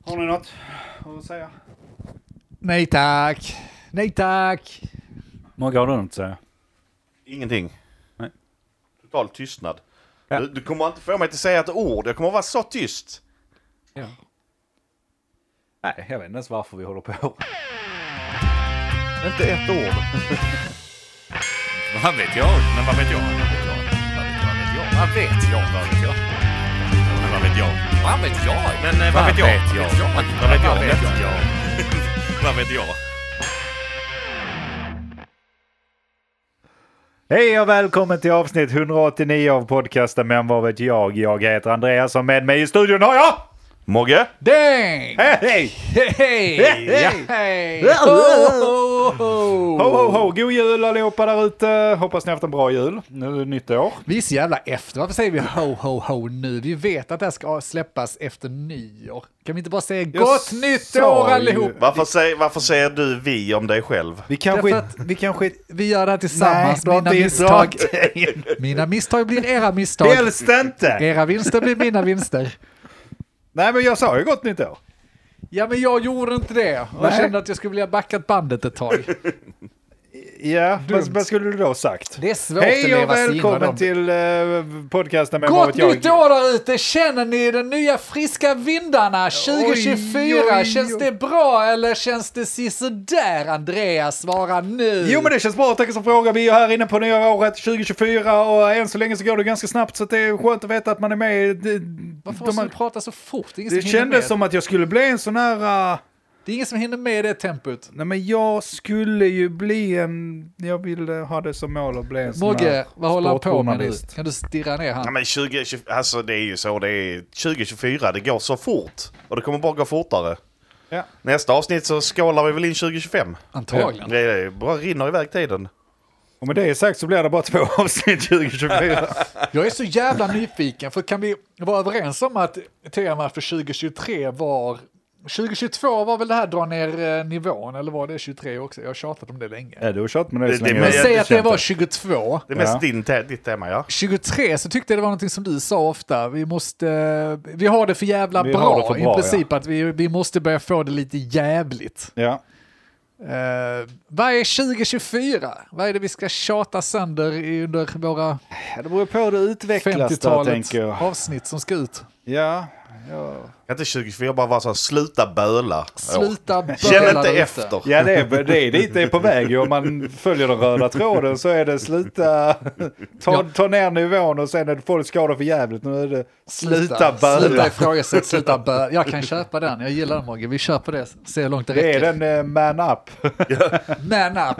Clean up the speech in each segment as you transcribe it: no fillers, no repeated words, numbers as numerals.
Har ni något att säga? Nej tack. Nej tack. Många har du något att säga? Ingenting. Nej. Total tystnad. Ja. Du kommer inte få mig att säga ett ord. Jag kommer att vara så tyst. Ja. Nej, jag vet inte ens varför vi håller på. Inte ett ord. Vad vet jag? Men vad vet jag? Vad vet jag? Vad vet jag? Men vad vet jag? Vad vet jag? Men vad vet jag? Vad vet jag? Vad vet jag? Hej och välkommen till avsnitt 189 av podcasten Men vad vet jag? Jag heter Andreas och med mig i studion har jag... Mogge? Dang! Hej! Hej! Hej! Ho! God jul allihopa där ute. Hoppas ni har haft en bra jul. Nu är det nytt år. Vi är så jävla efter. Varför säger vi ho nu? Vi vet att det här ska släppas efter nyår. Kan vi inte bara säga gott nytt år allihop? Varför säger du vi om dig själv? Vi kanske... Vi gör det här tillsammans. Mina misstag blir era misstag. Helst inte! Era vinster blir mina vinster. Nej, men jag sa ju gott nytt år. Ja, men jag gjorde inte det. Och jag kände att jag skulle vilja backa bandet ett tag. Ja, vad skulle du då ha sagt? Det är svårt Hej att och välkommen till podcasten med gott nytt år där ute! Känner ni de nya friska vindarna 2024? Oj. Känns det bra eller känns det sådär? Andreas, svara nu. Jo, men det känns bra. Tack som fråga. Vi är här inne på nya året 2024 och än så länge så går det ganska snabbt så det är skönt att veta att man är med. Varför måste du prata så fort? Det kändes som att jag skulle bli en sån här... Det är ingen som hinner med det tempot. Nej, men jag skulle ju bli en... Jag ville ha det som mål att bli en sån här Mogge, vad håller han på med nu? sportjournalist. Kan du stirra ner han? Ja, men 2020, alltså det är ju så, det är 2024, det går så fort. Och det kommer bara gå fortare. Ja. Nästa avsnitt så skålar vi väl in 2025. Antagligen. Det bara rinner iväg tiden. Och med det sagt så blir det bara 2 avsnitt 2024. Jag är så jävla nyfiken, för kan vi vara överens om att temat för 2023 var... 2022 var väl det här dra ner nivån, eller var det 23 också? Jag har tjatat om det länge. Ja, du har tjatat med det så länge. Men säg att det var 22. Det är mest ditt tema, ja. 23 så tyckte jag det var någonting som du sa ofta. Vi har det för jävla Vi bra. har det för bra, i princip att vi måste börja få det lite jävligt. Ja. Vad är 2024? Vad är det vi ska tjata sönder under våra Det beror på hur det utvecklas där, 50-talet tänker jag. avsnitt som ska ut? Ja. Kan inte 2024 bara vara så här, sluta böla. Sluta böla. Känn inte där ute. efter. Ja, det är dit det är på väg. Om man följer den röda tråden så är det sluta ta ner nivån och sen är det folk skadar för jävligt. Nu är det sluta böla. Sluta ifrågasätt, sluta böla. Jag kan köpa den. Jag gillar den, Mogge. Vi kör på det. Se hur långt det räcker. Det är den man up. Man up.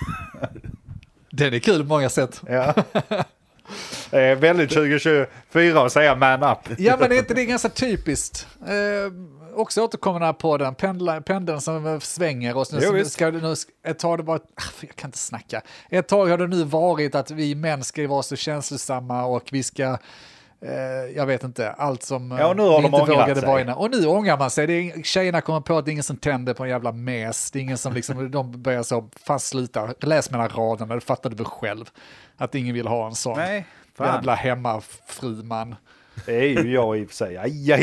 Den är kul på många sätt. Ja. Det är väldigt 2024 att säga man up. Ja, men det är ganska typiskt. Också återkommer på den pendeln som svänger och ett tag det var jag kan inte snacka. Ett tag har det nu varit att vi män ska vara så känslosamma och vi ska jag vet inte, allt som nu har vi de inte vågade sig. vara innan. Och nu ångar man sig. Tjejerna kommer på att det är ingen som tänder på en jävla mes. Det är ingen som liksom, de börjar så fast sluta. Läs mellan raderna, det fattar du väl själv. Att ingen vill ha en sån jävla hemmafruman. Det är ju jag i och för sig.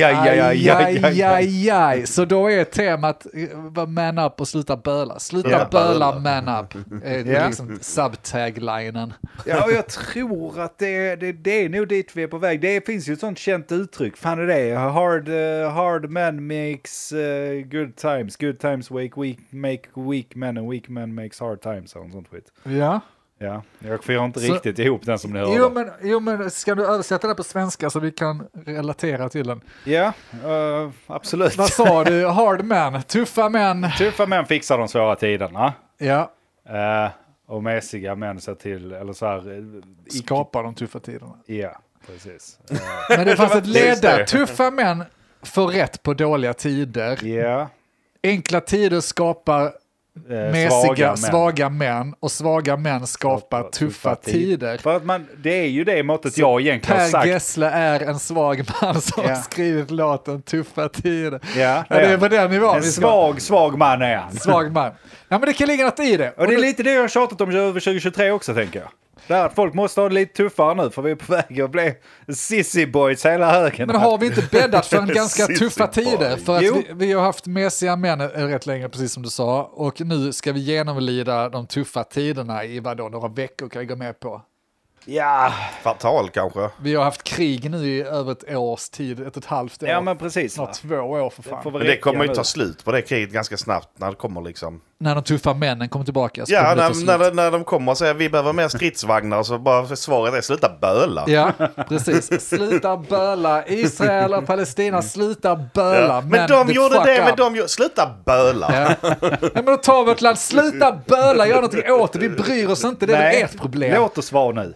Aj. Så då är temat man up och sluta böla. Sluta böla, man up. Det är liksom subtaglinen. Ja, och jag tror att det är nog dit vi är på väg. Det finns ju ett sånt känt uttryck. Fan är det? Hard man makes good times. Good times make weak men and weak men makes hard times. Och sånt skit. Ja. Ja, jag får inte riktigt ihop den som ni hörde. Jo, men ska du översätta det på svenska så vi kan relatera till den? Ja, absolut. Vad sa du? Hard man, tuffa män. Tuffa män fixar de svåra tiderna. Ja. Och mässiga män ser till, eller så här... Skapar de tuffa tiderna. Ja, precis. Men det fanns ett led där. Tuffa män får rätt på dåliga tider. Ja. Enkla tider skapar svaga män och svaga män skapar tuffa tider. För att det är ju det måttet jag egentligen har sagt. Per Gessle är en svag man som har skrivit låten Tuffa tider. Ja, det är på den nivån. En svag man är han. Svag man. Ja, men det kan ligga något i det. Och det är lite det jag har tjatat om över 2023 också, tänker jag. Där att folk måste ha det lite tuffare nu för vi är på väg att bli sissy boys hela högen. Men har vi inte bäddat för en ganska Sissy tuffa boy. tider? För att vi har haft mesiga män rätt länge, precis som du sa. Och nu ska vi genomlida de tuffa tiderna i några veckor kan jag gå med på. Ja. Kvartal kanske. Vi har haft krig nu i över ett års tid, 1,5 år. Ja, men precis. Snart 2 år för fan. Men det kommer ju ta slut på det kriget ganska snabbt när det kommer liksom. När de tuffa männen kommer tillbaka. Så Ja, kommer det ta slut. när de kommer och säger vi behöver mer stridsvagnar så bara svaret är sluta böla. Ja, precis. Sluta böla. Israel och Palestina, sluta böla. Ja. Men de gjorde det, men de gjorde... Sluta böla. Ja. Men då tar vårt land, sluta böla, gör någonting åt det. Vi bryr oss inte, det är ert problem. Låt oss vara nu.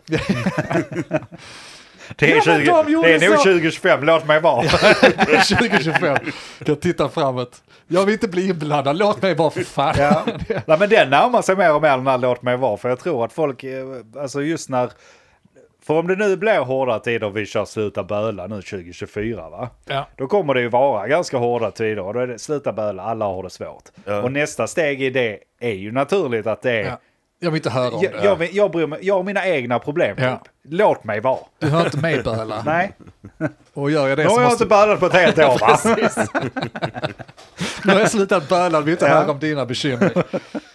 Det är nog 2025, låt mig vara. 2025, jag tittar framåt. Jag vill inte bli inblandad, låt mig vara för fan. Ja. Nej, men den närmar sig mer och mer den här låt mig vara. För jag tror att folk, alltså just när... För om det nu blir hårda tider och vi kör sluta böla nu 2024 va? Ja. Då kommer det ju vara ganska hårda tider och då är det sluta böla, alla har det svårt. Ja. Och nästa steg i det är ju naturligt att det är... Ja. Jag vill inte höra om det. Jag bryr mig, jag har mina egna problem. Ja. Typ. Låt mig vara. Du hör inte mig böla. Nej. Och gör jag det Nu har så jag måste... inte bölat på ett helt år va? Nu har jag slutat böla, vi vill inte höra om dina bekymmer.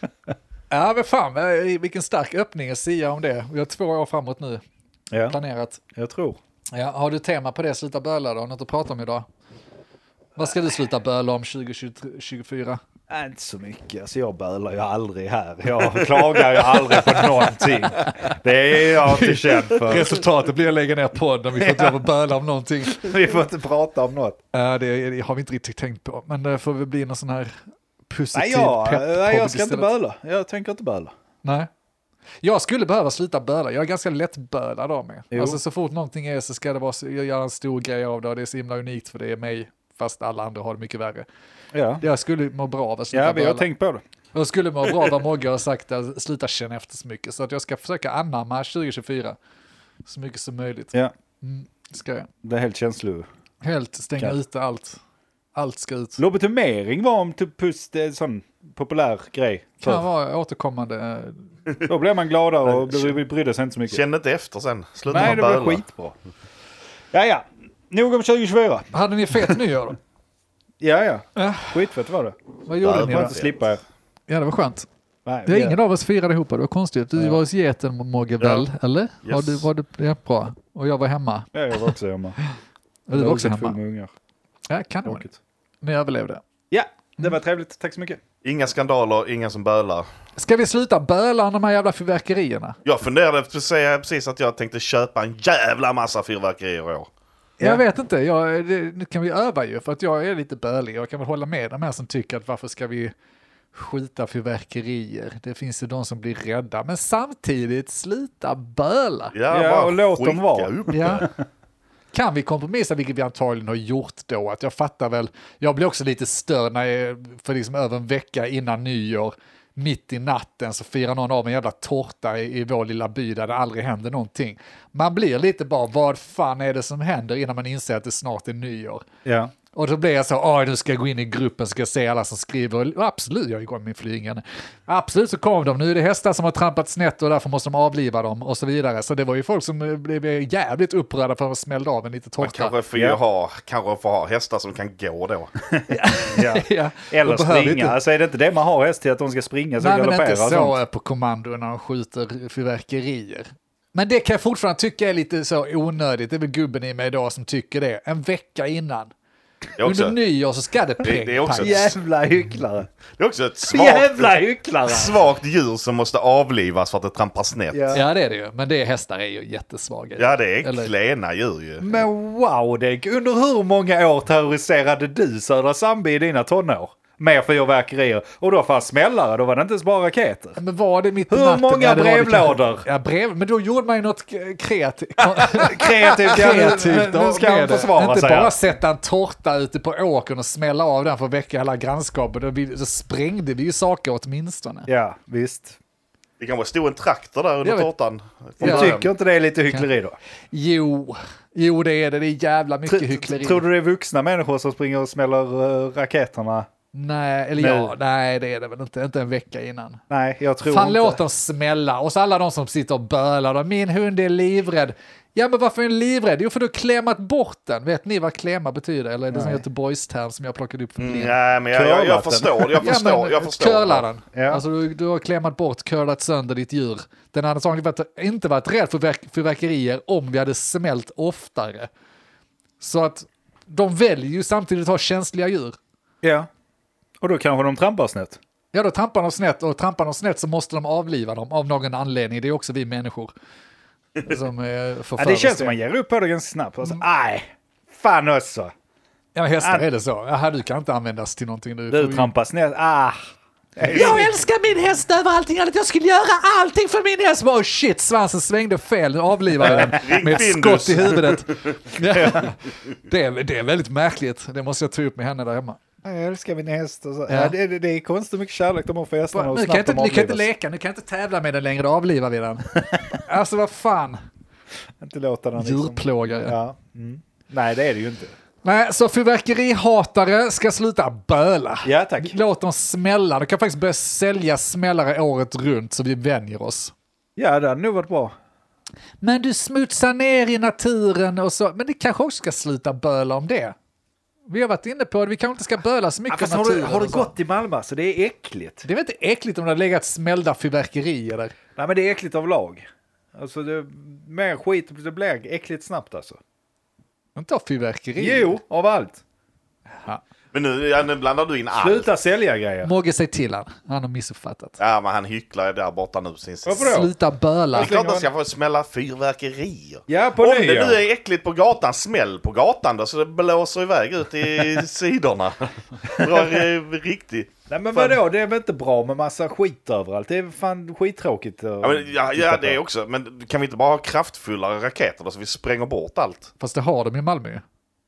Ja men fan, vilken stark öppning att säga om det. Vi har 2 år framåt nu. Ja, Planerat. jag tror. Ja, har du tema på det, sluta böla då? Något att prata om idag? Vad ska du sluta böla om 2024? Inte så mycket. Alltså jag bölar ju aldrig här. Jag klagar ju aldrig på någonting. Det är jag inte känd för. Resultatet blir att lägga ner podden. Vi får inte lov att böla om någonting. Vi får inte prata om något. Det har vi inte riktigt tänkt på. Men det får väl bli någon sån här positiv Nej, jag ska inte istället. böla. Jag tänker inte böla. Nej. Jag skulle behöva sluta böla. Jag är ganska lättbölad av mig. Jo. Alltså så fort någonting är så ska det vara jag gör en stor grej av det och det är så himla unikt för det är mig fast alla andra har det mycket värre. Ja, Jag skulle må bra av att sluta ja vi har böla. tänkt på det. Jag skulle må bra av vad Mogge har sagt att sluta känna efter så mycket. Så att jag ska försöka anamma 2024 så mycket som möjligt. Ja, Ska jag. det är helt känslo. Helt stänga ute allt. Allt ska ut. Lobotomering var om typ pust, det är en sån populär grej. Kan vara återkommande. Då blir man gladare och brydde sig inte så mycket. Känn inte efter sen. Sluta Nej, det böla. blir skitbra. Ja. Nog om 2024. Hade ni fet nyår då? Ja. Ja. Skitfett var det. Vad gjorde Ja, ni Jag får då? inte slippa er. Ja, det var skönt. Nej, Det är ingen av oss firade ihop, det var konstigt. Du var hos geten, Mogge, väl? Eller? Yes. Var du ja, bra. Och jag var hemma. Ja, jag var också hemma. Och du var också Jag full hemma. med ungar. Ja, kanon. Tråkigt. Ni överlevde. Ja, det var trevligt. Tack så mycket. Inga skandaler, inga som bölar. Ska vi sluta böla om de här jävla fyrverkerierna? Jag funderade på att säga precis att jag tänkte köpa en jävla massa fyrverkerier i år. Jag vet inte, nu kan vi öva ju för att jag är lite bölig. Jag kan väl hålla med de här som tycker att varför ska vi skjuta fyrverkerier? Det finns ju de som blir rädda, men samtidigt sluta böla. Ja, Ja, bara och låt dem skicka vara. upp. Ja. Kan vi kompromissa, vilket vi antagligen har gjort då, att jag fattar väl, jag blir också lite störd när jag, för liksom över en vecka innan nyår, mitt i natten så firar någon av en jävla tårta i vår lilla by där det aldrig händer någonting. Man blir lite bara, vad fan är det som händer innan man inser att det snart är nyår? Ja. Och då blir jag så, nu ska jag gå in i gruppen så ska jag se alla som skriver. Och absolut, jag går med min flygande. Absolut så kom de, nu är det hästar som har trampat snett och därför måste de avliva dem och så vidare. Så det var ju folk som blev jävligt upprörda för att smällde av en lite Man tårta. kanske får ha hästar som kan gå då. Ja. Ja, Eller de behöver springa. inte- Alltså är det inte det man har häst till, att de ska springa så Nej, men galoppera inte och så sånt? på kommando när de skjuter fyrverkerier. Men det kan jag fortfarande tycka är lite så onödigt. Det är väl gubben i mig idag som tycker det. En vecka innan. Det är också, Under nyår så ska det det är också pang. Jävla hycklare. det är också ett Jävla hycklare. svagt djur som måste avlivas för att det trampar snett. Ja. Ja, det är det ju. Men det hästar är ju jättesvaga. Ja, det är Eller- klena djur ju. Men wow, Dick. Under hur många år terroriserade du Södra Sandby i dina tonår? Med fyrverkerier. Och då fanns smällare, då var det inte ens bara raketer. Men var det mitt i Hur natten? många Ja, det var det brevlådor? kanske. Ja, brev. Men då gjorde man ju något kreativt. Kreativt, Kreativt nu ska han med det. försvara Inte sig. bara sätta en tårta ute på åkern och smälla av den för att väcka hela grannskapet. Då sprängde vi ju saker åtminstone. Ja, visst. Det kanske stod en traktor där under Jag vet. tårtan. Du Ja. tycker inte det är lite hyckleri då? Jo, det är det. Det är jävla mycket hyckleri. Tror du det är vuxna människor som springer och smäller raketerna Nej, eller nej det är det väl inte en vecka innan. Nej, jag tror Fan, inte. låt dem smälla. Och så alla de som sitter och bölar då, min hund är livrädd. Ja, men varför är den livrädd? Jo, för du har klämmat bort den. Vet ni vad klämma betyder? Eller är det som Göteborgsterm som jag plockade upp för blind? Nej, men jag förstår. Curla den. Ja. Alltså du har klämmat bort, curlat sönder ditt djur. Den hade sannolikt inte varit rädd för fyrverkerier om vi hade smält oftare. Så att de väljer ju samtidigt att ha känsliga djur. Ja. Och då kanske de trampar snett. Ja, då trampar de snett, och trampar de snett så måste de avliva dem av någon anledning. Det är också vi människor som Det känns som man ger upp på det ganska snabbt. Alltså, fan också. Ja, hästar är det så. Jaha, du kan inte användas till någonting nu. Du trampar snett. Jag älskar min häst över allting annat. Jag skulle göra allting för min häst. Oh shit, svansen svängde fel. Avlivade den med ett skott i huvudet. Det är väldigt märkligt. Det måste jag ta upp med henne där hemma. Jag älskar min häst. Och så. Ja. Det är konstigt mycket kärlek de har för hästarna. Nu kan inte leka, nu kan inte tävla med den längre, avliva vi den. Alltså vad fan. Inte låta den liksom. Djurplågare. Ja. Nej, det är det ju inte. Nej, så fyrverkerihatare ska sluta böla. Ja, tack. Låt dem smälla. De kan faktiskt börja sälja smällare året runt så vi vänjer oss. Ja, det hade nog varit bra. Men du smutsar ner i naturen och så. Men det kanske också ska sluta böla om det. Vi har varit inne på det. Vi kanske inte ska böla så mycket om naturen. Har du gått i Malmö så det är äckligt. Det är väl inte äckligt om det har legat smällda fyrverkerier där? Nej, men det är äckligt av lag. Alltså, det är mer skit. Det blir äckligt snabbt alltså. Inte av fyrverkerier. Jo, av allt. Ja. Men nu blandar du in allt. Sluta sälja grejer. Mogge, säg till han. Han har missuppfattat. Ja, men han hycklar där borta nu. Varför då? Sluta böla. Det är klart att ska få smälla fyrverkerier. Ja, på Om nyår. det nu är äckligt på gatan, smäll på gatan då så det blåser iväg ut i sidorna. Drar riktigt. Nej, men vadå? Det är väl inte bra med massa skit överallt. Det är fan skittråkigt. Ja, det är också. Men kan vi inte bara ha kraftfullare raketer då så vi spränger bort allt? Fast det har de i Malmö.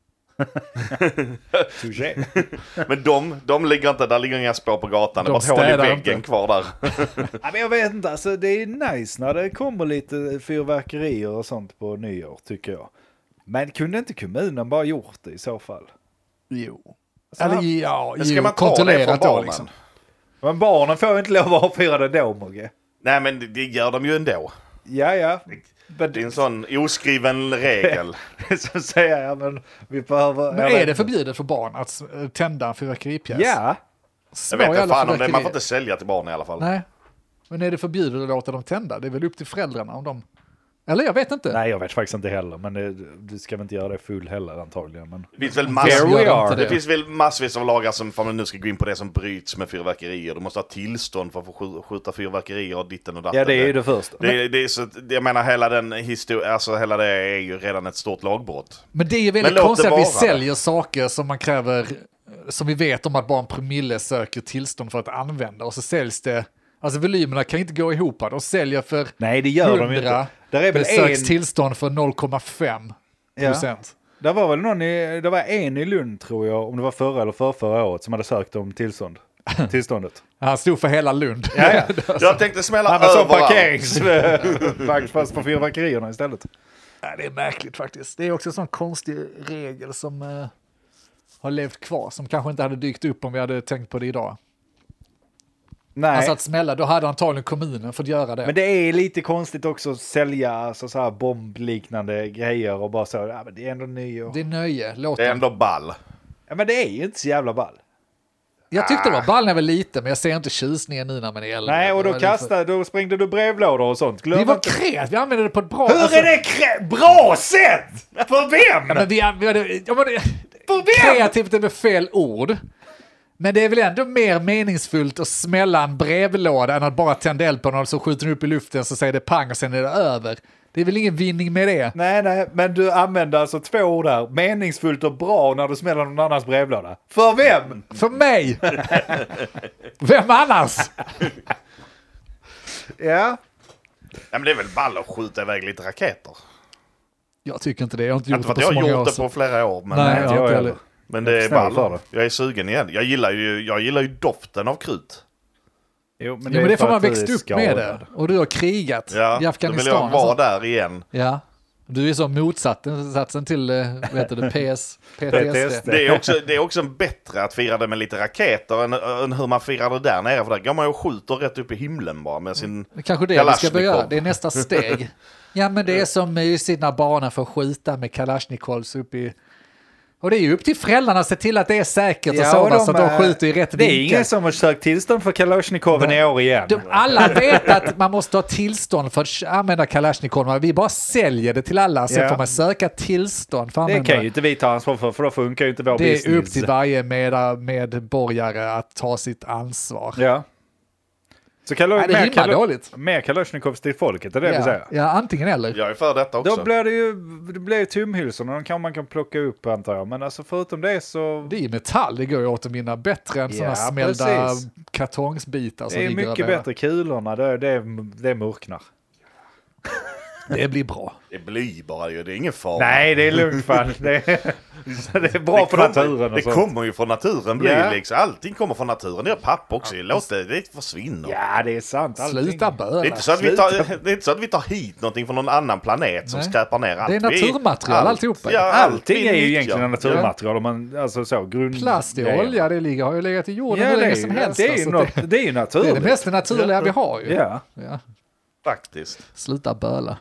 Men de ligger inte, där ligger inga spår på gatan. Det De är bara ett hål i väggen inte. kvar där. Ja, men jag vet inte, alltså, det är nice när det kommer lite fyrverkerier och sånt på nyår, tycker jag. Men kunde inte kommunen bara gjort det i så fall? Jo. Alltså, Eller ja, Men ska man ta det kontrollerat från då barnen? liksom. Men barnen får inte lov att avfyra det då, Mogge. Nej, men det gör de ju ändå. Ja. Det är en sån oskriven regel. Så säger jag, men vi behöver... Men är det förbjudet för barn att tända en fyrverkeripjäs? Ja. Jag vet inte fan om det, man får inte sälja till barn i alla fall. Nej, men är det förbjudet att låta dem tända? Det är väl upp till föräldrarna om de... Eller jag vet inte. Nej, jag vet faktiskt inte heller, men du ska väl inte göra det full heller antagligen. Men... Det finns väl There det finns väl massvis av lagar som, om man nu ska gå in på det, som bryts med fyrverkerier. Du måste ha tillstånd för att få skjuta fyrverkerier och ditten och datten. Ja, det är ju det första. Det är så, jag menar, hela den historien, alltså hela det är ju redan ett stort lagbrott. Men det är ju väldigt låt konstigt det att vi vara. säljer saker som man kräver, som vi vet om att bara en promille söker tillstånd för att använda. Och så säljs det, alltså volymerna kan inte gå ihop. De säljer för Nej, det gör de ju inte. Där är väl söks tillstånd för 0,5%. Ja. Det var väl det var en i Lund, tror jag, om det var förra eller förra året, som hade sökt om tillståndet. Han stod för hela Lund. Ja. Jag tänkte smälla Han var som överallt. parkeringsvakt fast på fyrverkerierna istället. Ja, det är märkligt faktiskt. Det är också en sån konstig regel som har levt kvar, som kanske inte hade dykt upp om vi hade tänkt på det idag. Nej. Alltså att smälla, då hade antagligen kommunen fått göra det. Men det är lite konstigt också att sälja alltså, så här bombliknande grejer och bara så, ja, men det är ändå nyår. Det är nöje, låt Det är dem. ändå ball. Ja, men det är ju inte så jävla ball. Jag tyckte det var ball när jag var lite, men jag ser inte tjusningen nu när man är äldre. Nej, och då sprängde du brevlådor och sånt. Vi var kreativt, vi använde det på ett bra... Hur är det bra sätt? För vem? Ja, men vi använde... Kreativt är väl fel ord. Men det är väl ändå mer meningsfullt att smälla en brevlåda än att bara tända eld på någon som skjuter upp i luften så säger det pang och sen är det över. Det är väl ingen vinning med det. Nej, men du använder alltså 2 ord där. Meningsfullt och bra när du smäller någon annans brevlåda. För vem? För mig! Vem annars? Ja. Ja, men det är väl ball att skjuta iväg lite raketer. Jag tycker inte det. Jag har inte gjort Inte det för att på jag så har många år. gjort det på flera år. Men, Nej, jag har inte heller. men det är Snäll för ball. det. Jag är sugen igen. Jag gillar ju doften av krut. Jo, Men det får man växt upp med det. Och du har krigat Ja, i då Afghanistan. vill jag vara där igen. Ja. Du är så motsatsen till PTSD. Det är också bättre att fira det med lite raketer än hur man firar det där nere. För där går man ju och skjuter rätt upp i himlen bara med sin kanske det vi ska börja. Det är nästa steg. Ja, men det är som mysigt när barnen får skjuta med Kalashnikovs upp i... Och det är ju upp till föräldrarna att se till att det är säkert och sådana så att de skjuter i rätt vinkel. Det är ingen som har sökt tillstånd för Kalashnikovs i år igen. Alla vet att man måste ha tillstånd för att använda Kalashnikov. Vi bara säljer det till alla, så får man söka tillstånd för att använda. Det kan ju inte vi ta ansvar för då funkar ju inte vår business. Det är upp till varje medborgare att ta sitt ansvar. Ja. Så mer Kalashnikovs till folket, är det vi säger? Ja, antingen eller. Jag är för detta också. Då blir det ju tumhylsorna, de man kan plocka upp antar jag. Men alltså förutom det så... Det är metall, det går ju åt att minna bättre än sådana smällda kartongsbitar. Det är mycket bättre, kulorna, det mörknar. Det blir bra. Det blir bara ju, det är ingen fara. Nej, det är lugnt fan. Det är bra för naturen. Det kommer ju från naturen, liksom. Allting kommer från naturen. Det är pappa också. Låt det försvinna. Ja, det är sant. Sluta böla. Det är inte så att vi tar hit någonting från någon annan planet som skräpar ner allt. Det är naturmaterial alltihopa. Ja, allting är ju egentligen naturmaterial. Alltså så, plast och olja, det har ju legat i jorden hur länge som helst. Det är ju naturligt. Det är det mest naturliga vi har ju. Ja. Faktiskt. Sluta böla.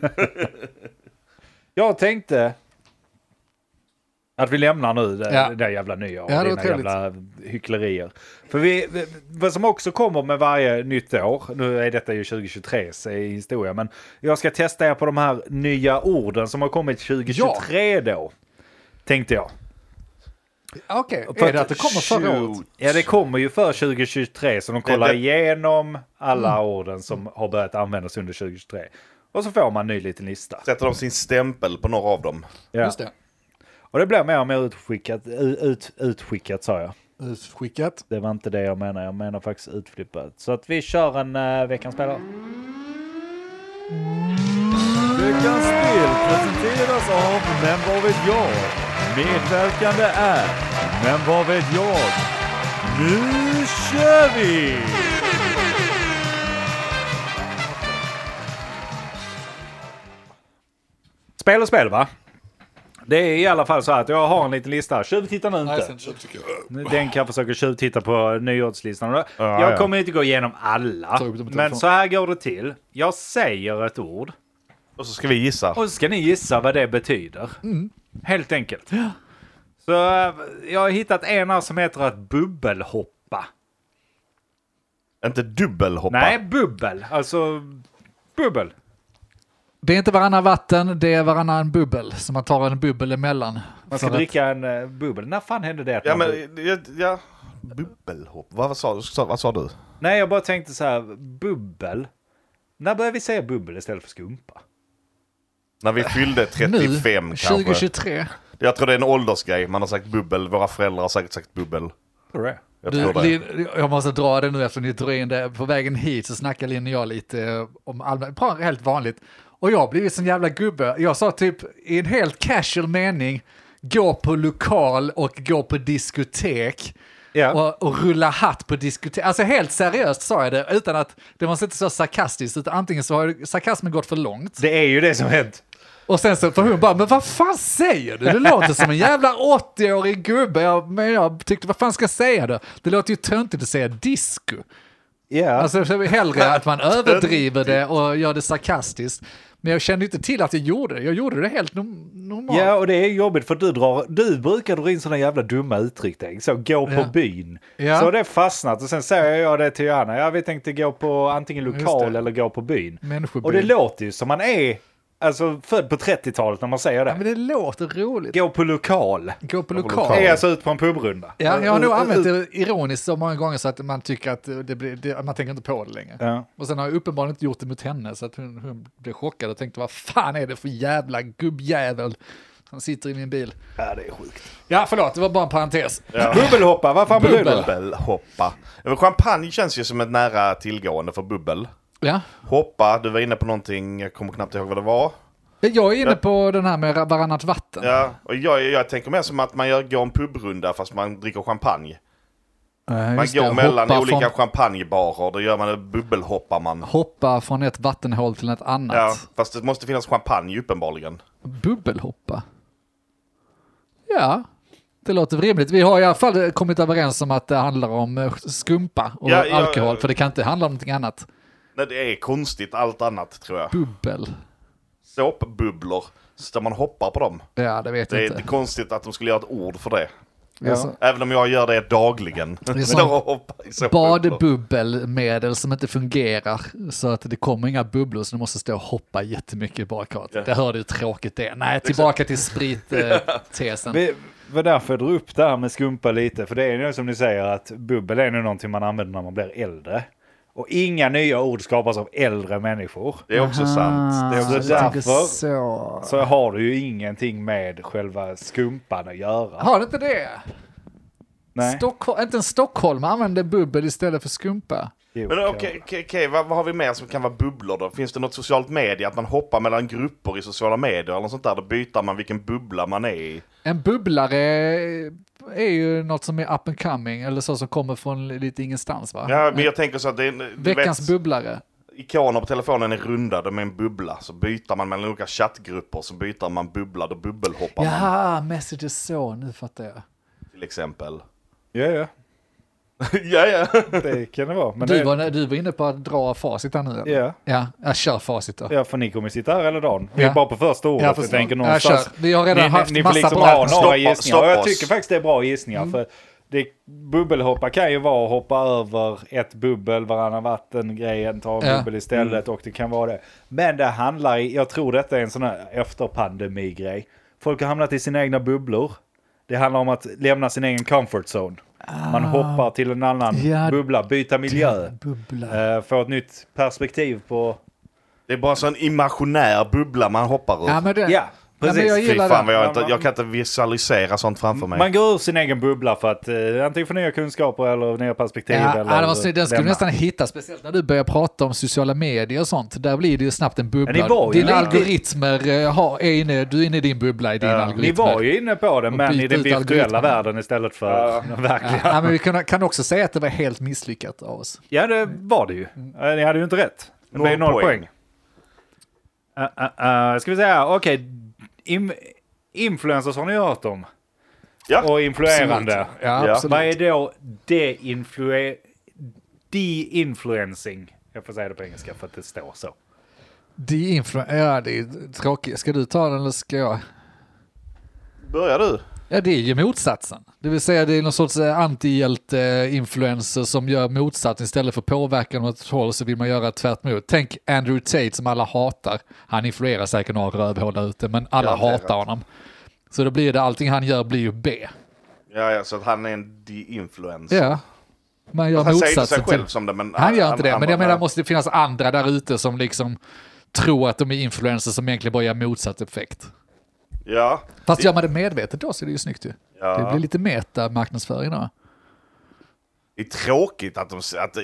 Jag tänkte att vi lämnar nu det jävla nya och dina jävla hycklerier. För vad som också kommer med varje nytt år, nu är detta ju 2023s historia, men jag ska testa er på de här nya orden som har kommit 2023 då, tänkte jag. Okej, är det att det kommer förra året? Ja, det kommer ju för 2023, så de kollar igenom alla orden som har börjat användas under 2023. Och så får man en ny liten lista. Sätter de sin stämpel på några av dem. Ja. Just det. Och det blir mer och mer utskickat sa jag. Utskickat? Det var inte det jag menar faktiskt utflippat. Så att vi kör en veckans spelare. Veckans spel presenteras av Men vad vet jag? Medverkande är Men vad vet jag? Nu kör vi! Spel va? Det är i alla fall så att jag har en liten lista. Tjuvtitta nu inte. Den kan försöka tjuvtitta på nyårslistan. Jag kommer inte gå igenom alla. Men så här går det till. Jag säger ett ord. Och så ska vi gissa. Och så ska ni gissa vad det betyder. Helt enkelt. Så jag har hittat en här som heter att bubbelhoppa. Inte dubbelhoppa. Nej, bubbel. Alltså bubbel. Det är inte varannan vatten, det är varannan bubbel. Så man tar en bubbel emellan. Man ska dricka en bubbel. När fan hände det? Bubbelhopp. Vad sa du? Nej, jag bara tänkte så här, bubbel. När började vi säga bubbel istället för skumpa? När vi fyllde 35 nu, kanske. 2023. Jag tror det är en åldersgrej. Man har sagt bubbel. Våra föräldrar har säkert sagt bubbel. Jag måste dra det nu efter ni drar in det. På vägen hit så snackar Linn och jag lite om allmänt. Helt vanligt. Och jag har blivit sån jävla gubbe. Jag sa typ i en helt casual mening, gå på lokal och gå på diskotek. Yeah. Och rulla hatt på diskotek. Alltså helt seriöst sa jag det, utan att det var inte så sarkastiskt, utan antingen så har sarkasmen gått för långt. Det är ju det som hänt. Och sen så får hon bara, men vad fan säger du? Det låter som en jävla 80-årig gubbe. Men jag tyckte, vad fan ska jag säga då? Det låter ju töntigt att säga disco. Yeah. Alltså hellre att man överdriver det och gör det sarkastiskt. Men jag kände inte till att jag gjorde det. Jag gjorde det helt normalt. Ja, och det är jobbigt för du brukar dra in sådana jävla dumma uttryck. Så gå på byn. Ja. Så det är fastnat. Och sen säger jag det till Johanna. Ja, vi tänkte gå på antingen lokal eller gå på byn. Och det låter ju som man är född på 30-talet när man säger det. Ja, men det låter roligt. Gå på lokal. Gå på lokal. Är alltså ut på en pubrunda. Ja, jag har nog använt det ironiskt så många gånger så att man tycker att man tänker inte på det längre. Ja. Och sen har jag uppenbarligen inte gjort det mot henne så att hon blev chockad och tänkte, vad fan är det för jävla gubbjävel som sitter i min bil? Ja, det är sjukt. Ja, förlåt, det var bara en parentes. Ja. Bubbelhoppa, vad fan betyder det? Bubbelhoppa. Champagne känns ju som ett nära tillgående för bubbel. Ja. Hoppa, du var inne på någonting, jag kommer knappt ihåg vad det var. Jag är inne på den här med varannat vatten. Ja, och jag tänker mer som att man går en pubrunda fast man dricker champagne. Man går mellan olika champagnebarer, då gör man det, bubbelhoppar man. Hoppa från ett vattenhål till ett annat. Ja, fast det måste finnas champagne uppenbarligen. Bubbelhoppa? Ja, det låter rimligt. Vi har i alla fall kommit överens om att det handlar om skumpa och alkohol, för det kan inte handla om någonting annat. Nej, det är konstigt allt annat, tror jag. Bubbel. Såpbubblor, så man hoppar på dem. Ja, det vet jag inte. Det är konstigt att de skulle göra ett ord för det. Ja. Även om jag gör det dagligen. Det är badbubbelmedel som inte fungerar, så att det kommer inga bubblor, så du måste stå och hoppa jättemycket i badkaret. Ja. Det hör du tråkigt det. Nej, tillbaka till sprittesen. Det var därför jag drog upp det här med skumpa lite, för det är ju som ni säger att bubbel är nu någonting man använder när man blir äldre. Och inga nya ord skapas av äldre människor. Det är också sant. Det är också därför så har du ju ingenting med själva skumpan att göra. Har du inte det? Nej. Inte en Stockholm använder bubbel istället för skumpa. Jo, men okej, vad har vi mer som kan vara bubblor då? Finns det något socialt media, att man hoppar mellan grupper i sociala medier eller något sånt där? Då byter man vilken bubbla man är i. En bubblare är ju något som är up and coming, eller så, som kommer från lite ingenstans, va? Ja, men jag tänker så att det är... Veckans bubblare. Ikoner på telefonen är rundade med en bubbla, så byter man mellan olika chattgrupper, så byter man bubbla, då bubbelhoppar man. Ja, messages så, nu fattar jag. Till exempel. Ja. Ja. Det kan det vara. Men du var inne på att dra facit här nu. Ja. Ja, jag kör facit då. Ja, för ni kommer sitta här hela dagen. Vi är bara på första ordet. Ja, jag tänker någonstans. Vi har redan haft ni massa liksom bra några gissningar. Jag tycker faktiskt det är bra gissningar. För bubbelhoppa kan ju vara att hoppa över ett bubbel, varannan vattengrejen, ta en bubbel istället, och det kan vara det. Men det handlar jag tror detta är en sån här efterpandemi-grej. Folk har hamnat i sina egna bubblor. Det handlar om att lämna sin egen comfort zone. Man hoppar till en annan bubbla, byta miljö, få ett nytt perspektiv på... Det är bara så en imaginär bubbla man hoppar ur. Ja, men det... Precis. Ja, Fy fan, jag kan inte visualisera sånt framför mig. Man går ur sin egen bubbla för att antingen få nya kunskaper eller nya perspektiv. Den skulle nästan hitta, speciellt när du börjar prata om sociala medier och sånt. Där blir det ju snabbt en bubbla. Dina algoritmer du är inne i din bubbla i din algoritmer. Ni var ju inne på det, men i den virtuella världen istället för den verkliga. Ja, men vi kan också säga att det var helt misslyckat av oss. Ja, det var det ju. Ni hade ju inte rätt. Det blev 0 poäng. Ska vi säga, okej. Influencers har ni hört om. Ja. Och influerande. Ja, vad är då de-influencing? Jag får säga det på engelska för att det står så. Det är tråkigt. Ska du ta den eller ska jag? Börjar du? Ja, det är ju motsatsen. Det vill säga det är någon sorts anti-hjälte-influencer som gör motsatsen. Istället för påverkan åt ett håll så vill man göra tvärt emot. Tänk Andrew Tate som alla hatar. Han influerar säkert några rövhål där ute, men alla hatar honom. Så då blir det, allting han gör blir ju B. Ja, så att han är en de-influencer. Ja. Man gör han motsatsen säger sig själv som det, men han gör inte det. Men jag menar, måste det finnas andra där ute som liksom tror att de är influencers som egentligen bara gör motsatt effekt. Ja. Fast gör man det medvetet då så är det ju snyggt ju. Ja. Det blir lite meta-marknadsföring då. Det är tråkigt att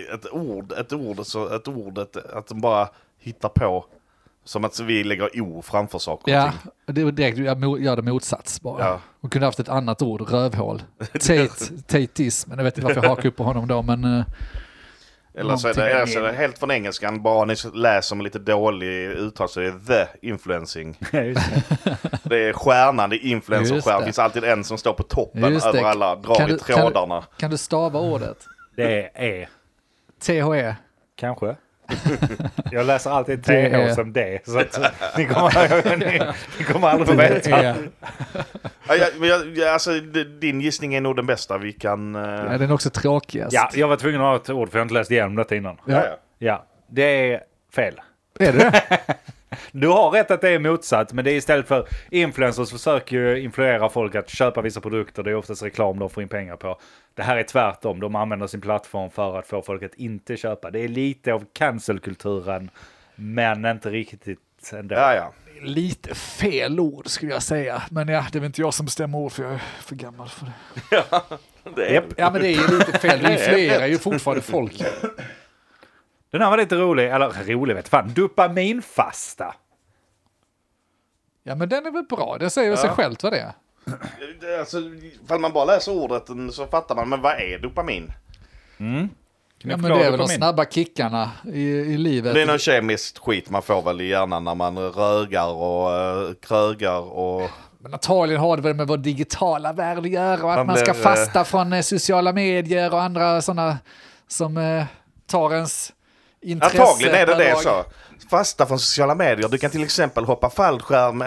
att de bara hittar på som att vi lägger ord framför saker och ting. Det är direkt gör det motsats bara. Ja. Och kunde haft ett annat ord, rövhål. Tateism, jag vet inte varför jag hakar upp på honom då, men... Eller så är det helt från engelskan, bara ni läser om lite dålig uttal så är det the influencing. Det är stjärnan, det är influencer. Det finns alltid en som står på toppen över alla, drar i trådarna. Kan du stava ordet? Det är THE. Kanske. Jag läser alltid TH som D, så att ni kommer aldrig få veta. Alltså, din gissning är nog den bästa vi kan... Ja, den är också tråkigast. Ja, jag var tvungen att ha ett ord för jag har inte läst igenom det innan. Ja, det är fel. Är det? Du har rätt att det är motsatt, men det är istället för influencers försöker ju influera folk att köpa vissa produkter. Det är oftast reklam de får in pengar på. Det här är tvärtom. De använder sin plattform för att få folk att inte köpa. Det är lite av cancelkulturen, men inte riktigt ändå. Ja. Lite fel ord skulle jag säga. Men ja, det är väl inte jag som bestämmer ord för jag är för gammal för det. Ja, men det är ju lite fel. Det influerar ju fortfarande folk. Den här var lite rolig. Eller rolig vet fan. Dopaminfasta. Ja, men den är väl bra. Det säger sig självt vad det är. Alltså, ifall man bara läser ordet så fattar man. Men vad är dopamin? Ja, men det är väl de snabba kickarna i livet. Det är någon kemiskt skit man får väl i hjärnan när man rögar och krögar och... Men antagligen har det väl med vår digitala värld att göra och att man ska fasta från sociala medier och andra sådana som tar ens intresse. Antagligen är det så. Fasta från sociala medier. Du kan till exempel hoppa fallskärm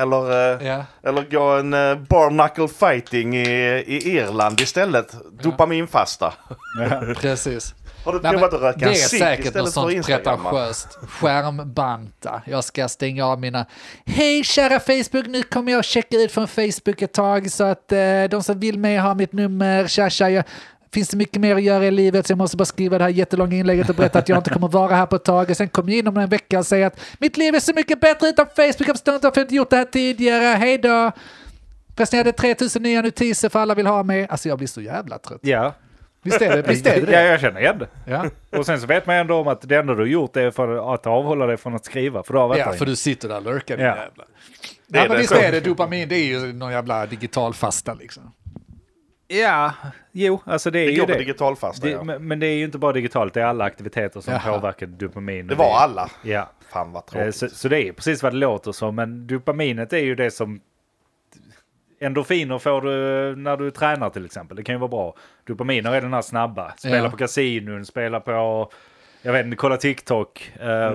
eller gå en bare knuckle fighting i Irland istället. Dopaminfasta. Ja, precis. Har du provat att röka en cigg istället för Instagram? Det är säkert något sånt pretentiöst. Skärmbanta. Jag ska stänga av mina... Hej kära Facebook, nu kommer jag checka ut från Facebook ett tag så att de som vill med har mitt nummer. Tja. Finns det mycket mer att göra i livet så jag måste bara skriva det här jättelånga inlägget och berätta att jag inte kommer vara här på ett tag. Och sen kommer jag inom en vecka och säga att mitt liv är så mycket bättre utan Facebook. Jag förstår inte varför jag inte gjort det här tidigare. Hej då! Förresten jag hade 3000 nya notiser för alla vill ha mig. Alltså jag blir så jävla trött. Ja. Visst är det? Ja, jag känner igen det. Ja. Och sen så vet man ändå om att det enda du har gjort är för att avhålla dig från att skriva. För du sitter där och lurkar. Ja. Ja, men visst är det dopamin. Det är ju någon jävla digital fasta liksom. Ja, jo, alltså det är ju det. Digital fasta, men det är ju inte bara digitalt, det är alla aktiviteter som påverkar dopamin. Det var alla. Ja. Fan vad tråkigt. Så det är precis vad det låter som, men dopaminet är ju det som endorfiner får du när du tränar till exempel. Det kan ju vara bra. Dopaminer är den här snabba. Spela på kasinon, spela på, jag vet inte, kolla TikTok.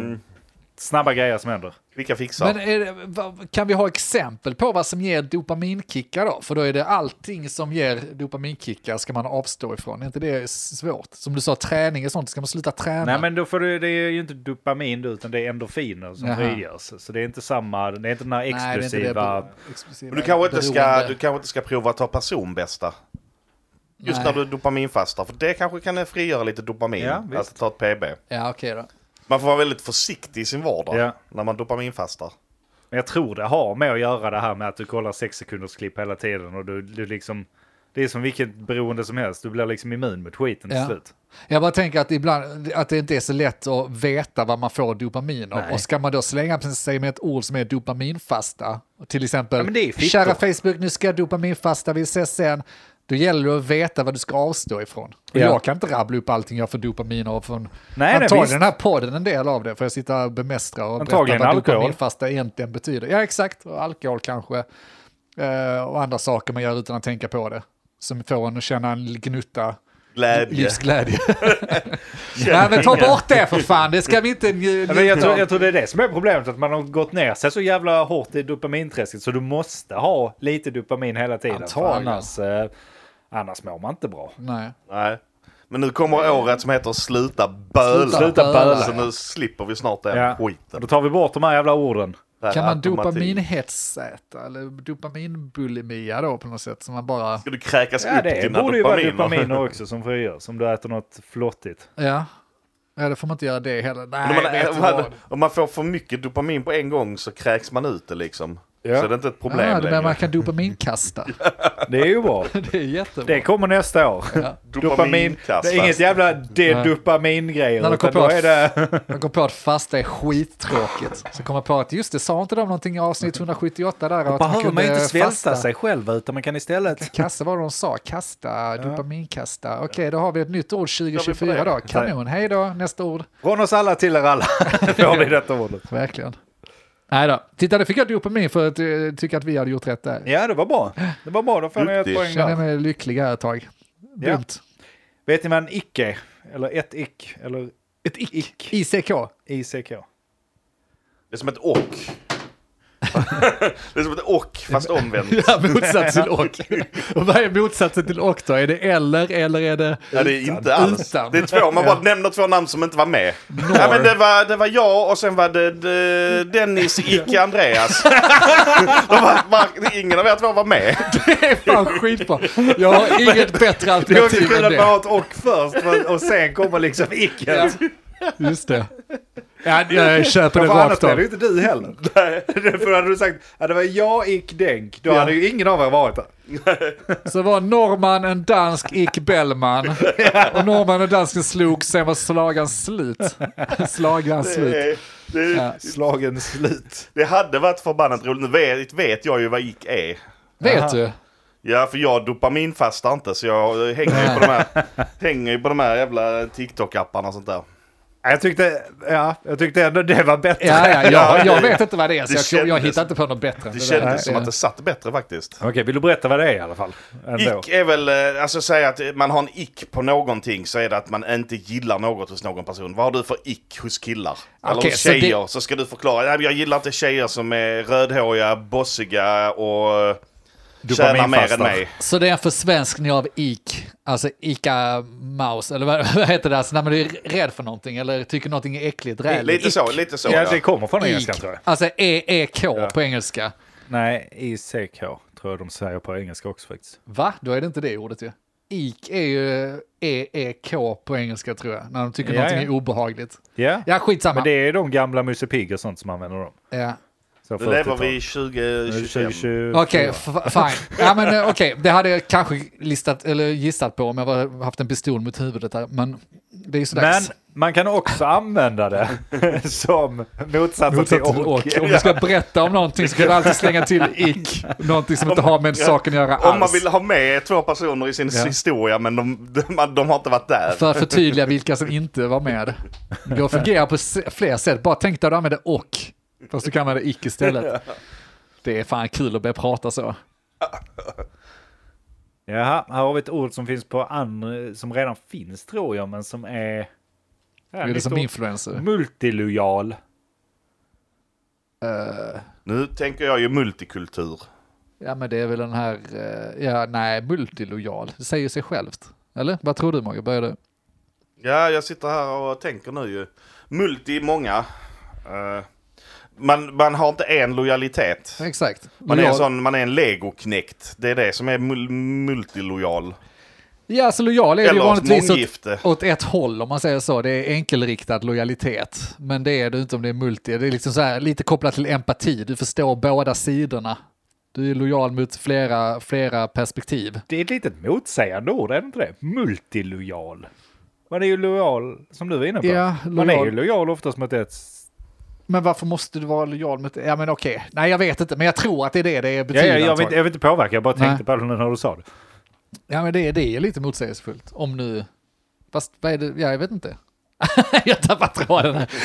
Snabba grejer som händer. Vilka fixar? Men kan vi ha exempel på vad som ger dopaminkickar då? För då är det allting som ger dopaminkickar ska man avstå ifrån. Är inte det svårt? Som du sa, träning och sånt, ska man sluta träna? Nej, men då får det är ju inte dopamin utan det är endorfiner som frigörs. Så det är inte samma, det är inte den här exklusiva... Men du kanske inte ska prova att ta personbästa. Just när du är dopaminfasta. För det kanske kan frigöra lite dopamin. Att ta ett PB. Ja, okej då. Man får vara väldigt försiktig i sin vardag när man dopaminfastar. Men jag tror det har med att göra det här med att du kollar 6 sekunders klipp hela tiden och du liksom, det är som vilket beroende som helst. Du blir liksom immun mot skiten till slut. Jag bara tänker att ibland att det inte är så lätt att veta vad man får dopamin av. Och ska man då slänga sig med ett ord som är dopaminfasta, till exempel, kära Facebook, nu ska jag dopaminfasta, vi ses sen. Då gäller det att veta vad du ska avstå ifrån. Och jag kan inte rabbla upp allting jag får dopamin av från antagligen den här podden en del av det. För jag sitter och bemästrar och berättar vad dopaminfasta egentligen betyder. Ja, exakt. Och alkohol kanske. Och andra saker man gör utan att tänka på det. Som får en att känna en gnutta livsglädje. Nej, men ta bort det för fan. Det ska vi inte... Jag tror det är det som är problemet. Att man har gått ner sig så jävla hårt i dopaminträsket. Så du måste ha lite dopamin hela tiden. Annars mår man inte bra. Nej. Men nu kommer året som heter Sluta böla. Så nu slipper vi snart den skiten. Då tar vi bort de här jävla orden. Kan man dopaminhetsäta eller dopaminbulimia då på något sätt? Som man bara... Ska du kräkas upp dina dopaminer? Det borde ju vara dopaminer också som frigörs. Om du äter något flottigt. Ja, det får man inte göra det heller. Nej, om man får för mycket dopamin på en gång så kräks man ut det liksom. Ja. Så det är inte ett problem längre. Men man kan dopaminkasta. Det är ju bra. Det är jättebra. Det kommer nästa år. Ja. Dopamin. Det är inget jävla dopamingrejer. När de kom på att fasta är skittråkigt. Så kommer på att just det, sa inte de någonting i avsnitt 178 där. Då behöver man inte svälta sig själv utan man kan istället... Kasta vad de sa. Dopaminkasta. Okej, då har vi ett nytt ord 2024 då. Kanon. Hej då, nästa ord. Från oss alla till er alla. Får vi detta ordet. Verkligen. Nej då. Titta, det fick jag dopamin för att tycka att vi hade gjort rätt där. Ja, det var bra. Då får jag ett poäng där. Känner mig lycklig här ett tag. Dumt. Vet ni vad en icke, eller ett ick, eller ett ick? ICK. ICK. Det är som ett och. Det är som ett och fast omvänt. Ja, motsats till och. Och vad är motsatsen till och då? Är det eller är det... Ja, det är inte alls. Utan. Det är två, man bara nämner 2 namn som inte var med. Ja, men det var jag och sen var det Dennis, icke Andreas. Ingen av er 2 var med. Det är fan skitbra. Jag har inget bättre alternativ än det. Du kunde bara ha ett och först och sen kommer liksom icke. Just det. Ja, jag köper det rakt av. Det är inte du heller. För hade du sagt att det var jag, Ick Denk, då hade ju ingen av er varit där. Så var Norman en dansk Ick Bellman. Och Norman och dansken slog, sen var slagen slut. Slagen slut. Slagen slut. Det hade varit förbannat roligt. Nu vet jag ju vad Ick är. Vet du? Ja, för jag dopaminfastar inte, så jag hänger ju på de här jävla TikTok-apparna och sånt där. Jag tyckte ändå det var bättre. Jag vet inte vad det är, så jag hittar inte på något bättre. Det kändes som att det satt bättre faktiskt. Okej, vill du berätta vad det är i alla fall? Ick är väl, alltså säga att man har en ick på någonting, så är det att man inte gillar något hos någon person. Vad har du för ick hos killar? Eller hos tjejer? Så ska du förklara. Jag gillar inte tjejer som är rödhåriga, bossiga och tjänar mer än mig. Så det är en försvenskning av ick, alltså Ica Mouse, eller vad heter det? Alltså när man är rädd för någonting eller tycker någonting är äckligt. Lite så. Ja, det kommer från engelska tror jag. Alltså EEK på engelska. Nej, ICK tror jag de säger på engelska också faktiskt. Va? Då är det inte det ordet ju. Ick är ju EEK på engelska tror jag, när de tycker någonting är obehagligt. Ja, skitsamma. Men det är de gamla Musse Pigg och sånt som använder dem. Ja. Nu lever vi 2025. Okej, fine. Ja, men okej, det hade jag kanske gissat på om jag hade haft en pistol mot huvudet där, men det är ju sådär. Men man kan också använda det som motsatsen till och. Om du ska berätta om någonting så kan du alltid slänga till ick, någonting som inte har med saken att göra alls. Om man vill ha med 2 personer i sin historia, men de har inte varit där. För att förtydliga vilka som inte var med. Det fungerar på fler sätt. Bara tänk dig att du använder och. Fast du kan använda ick istället. Det är fan kul att börja prata så. Jaha, här har vi ett ord som finns på andra, som redan finns tror jag, men som är... Är det som influencer? Multilojal. Nu tänker jag ju multikultur. Ja, men det är väl den här... multilojal. Det säger sig självt. Eller? Vad tror du, Mogge? Börjar du? Ja, jag sitter här och tänker nu ju. Många... Man har inte en lojalitet. Exakt. Man är en legoknäckt. Det är det som är multilojal. Ja, så lojal är det ju vanligtvis åt åt ett håll om man säger så. Det är enkelriktad lojalitet. Men det är det inte om det är multi. Det är liksom så här, lite kopplat till empati. Du förstår båda sidorna. Du är lojal mot flera perspektiv. Det är ett litet motsägande ord, är det inte det? Multilojal. Man är ju lojal, som du var inne på. Ja, man är ju lojal oftast mot ett... Men varför måste du vara lojal mot... Ja, men okej. Nej, jag vet inte. Men jag tror att det är det betyder. Jag vill inte påverka. Jag bara tänkte på det när du sa det. Ja, men det är lite motsägelsefullt. Om nu... Fast vad är det? Ja, jag vet inte. Jag tappar tråden här.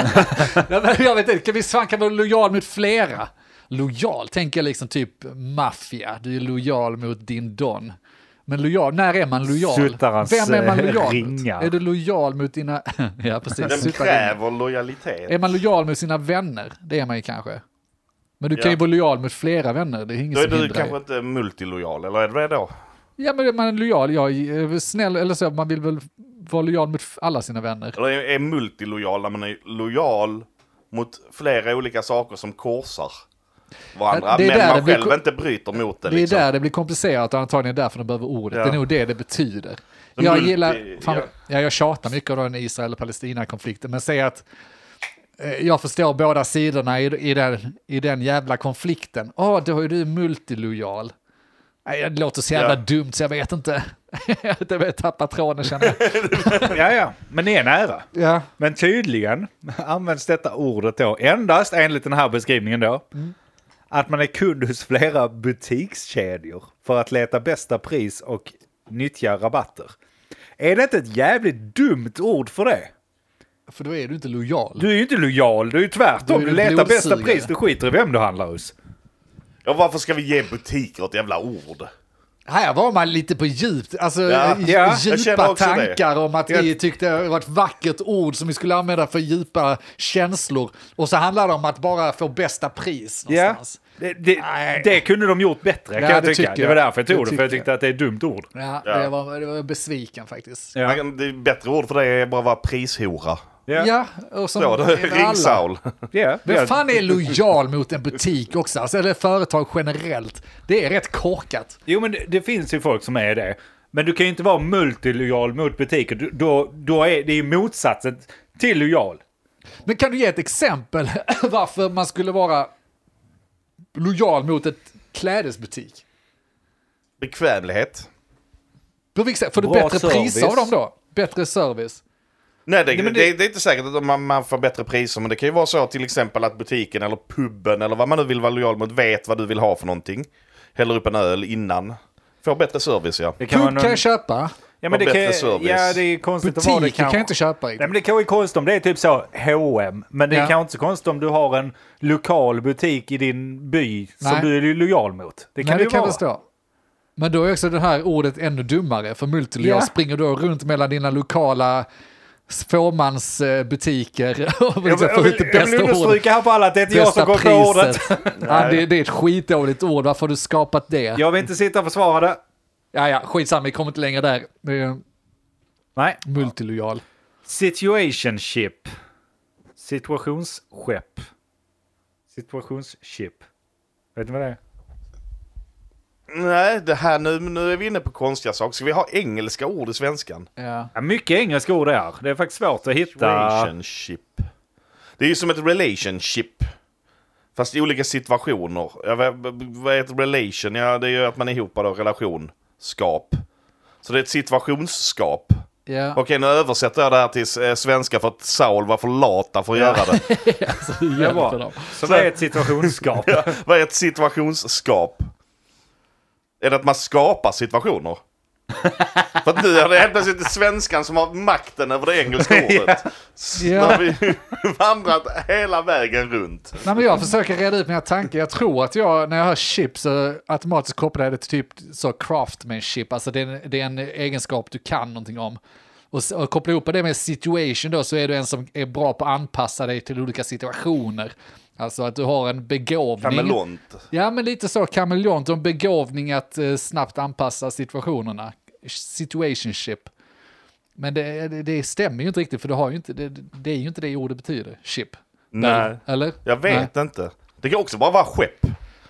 Jag vet inte. Kan vara lojal mot flera? Lojal? Tänker jag liksom typ maffia. Du är lojal mot din don. Men lojal, när är man lojal? Suttarans vem är man lojal ringar. mot? Är du lojal mot dina... Ja, precis. Den kräver lojalitet. Är man lojal mot sina vänner? Det är man ju kanske. Men du kan ju vara lojal mot flera vänner. Det är inget då är som du hindrar kanske inte multilojal, eller är det då? Ja, men man är lojal. Jag är snäll, eller så. Man vill väl vara lojal mot alla sina vänner. Eller är multilojal när man är lojal mot flera olika saker som korsar varandra, men man själv inte bryter mot det. Det är liksom. Där det blir komplicerat och antagligen därför de behöver ordet. Ja. Det är nog det betyder. Jag tjatar mycket av den Israel-Palestina-konflikten, men säger att jag förstår båda sidorna i den jävla konflikten. Då är du multilojal. Det låter så jävla dumt så jag vet inte. Jag vet tappa tråden känner jag. Ja, men det är nära. Ja. Men tydligen används detta ordet då endast enligt den här beskrivningen då. Att man är kund hos flera butikskedjor för att leta bästa pris och nyttja rabatter. Är det inte ett jävligt dumt ord för det? För då är du inte lojal. Du är ju inte lojal, du är ju tvärtom. Du letar bästa pris, du skiter i vem du handlar hos. Ja, varför ska vi ge butiker ett jävla ord? Här var man lite på djupt, alltså djupa tankar om att vi tyckte det var ett vackert ord som vi skulle använda för djupa känslor. Och så handlar det om att bara få bästa pris någonstans. Det kunde de gjort bättre, kan jag tycka. Det var därför jag tog det, för jag tyckte att det är ett dumt ord. Det var besviken faktiskt. Ja. Det är bättre ord för det är bara vara prishora. Ja, och som ringsaul. Vem fan är lojal mot en butik också? Alltså, eller företag generellt. Det är rätt korkat. Jo, men det finns ju folk som är det. Men du kan ju inte vara multilojal mot butiker. Då är det ju motsatsen till lojal. Men kan du ge ett exempel varför man skulle vara lojal mot ett klädesbutik? Bekvämlighet. Får du bättre priser av dem då? Bättre service? Nej, det är inte säkert att man får bättre priser, men det kan ju vara så till exempel att butiken eller puben eller vad man nu vill vara lojal mot vet vad du vill ha för någonting. Häller upp en öl innan. Får bättre service, ja. Pub kan jag köpa. Ja, men det är konstigt Butiker att vara det kan jag inte köpa. Nej, men det kan vara konstigt om det är typ så H&M. Men det kan inte så konstigt om du har en lokal butik i din by som du är lojal mot. Det kan det vara. Stå. Men då är också det här ordet ännu dummare. För multilojal springer då runt mellan dina lokala fåmansbutiker och liksom får lite bästa ord. Jag vill understryka här på alla att det är inte jag som går på ordet. Det är ett skitdåligt ord. Varför har du skapat det? Jag vill inte sitta och försvara det. Ja, skitsamma. Vi kommer inte längre där. Nej. Multilojal. Situationship. Situationsskepp. Situationsship. Vet du vad det är? Nej, det här nu är vi inne på konstiga saker. Så vi har engelska ord i svenskan. Ja, mycket engelska ord där. Det är faktiskt svårt att hitta. Situationship. Det är ju som ett relationship. Fast i olika situationer. Vad är ett relation? Ja, det är ju att man är ihop då, relationskap. Så det är ett situationsskap. Yeah. Okej, nu översätter jag det här till svenska för att Saul var för lata för att göra det. Alltså, det är bra. Så vad är ett situationsskap? Vad är ett situationsskap? Är det att man skapar situationer? För att nu är det helt plötsligt svenskan som har makten över det engelska ordet. Nu har vi vandrat hela vägen runt. Nej, men jag försöker reda ut mina tankar. Jag tror att när jag hör chip så automatiskt kopplar jag det till typ så craftsmanship. Alltså det är en egenskap du kan någonting om. Och koppla ihop det med situation då, så är du en som är bra på att anpassa dig till olika situationer. Alltså att du har en begåvning. Kameleont. Ja, men lite så kameleont och en begåvning att snabbt anpassa situationerna. Situationship. Men det stämmer ju inte riktigt, för det är ju inte det ordet betyder. Ship. Nej. Eller? Jag vet inte. Det kan också bara vara skepp.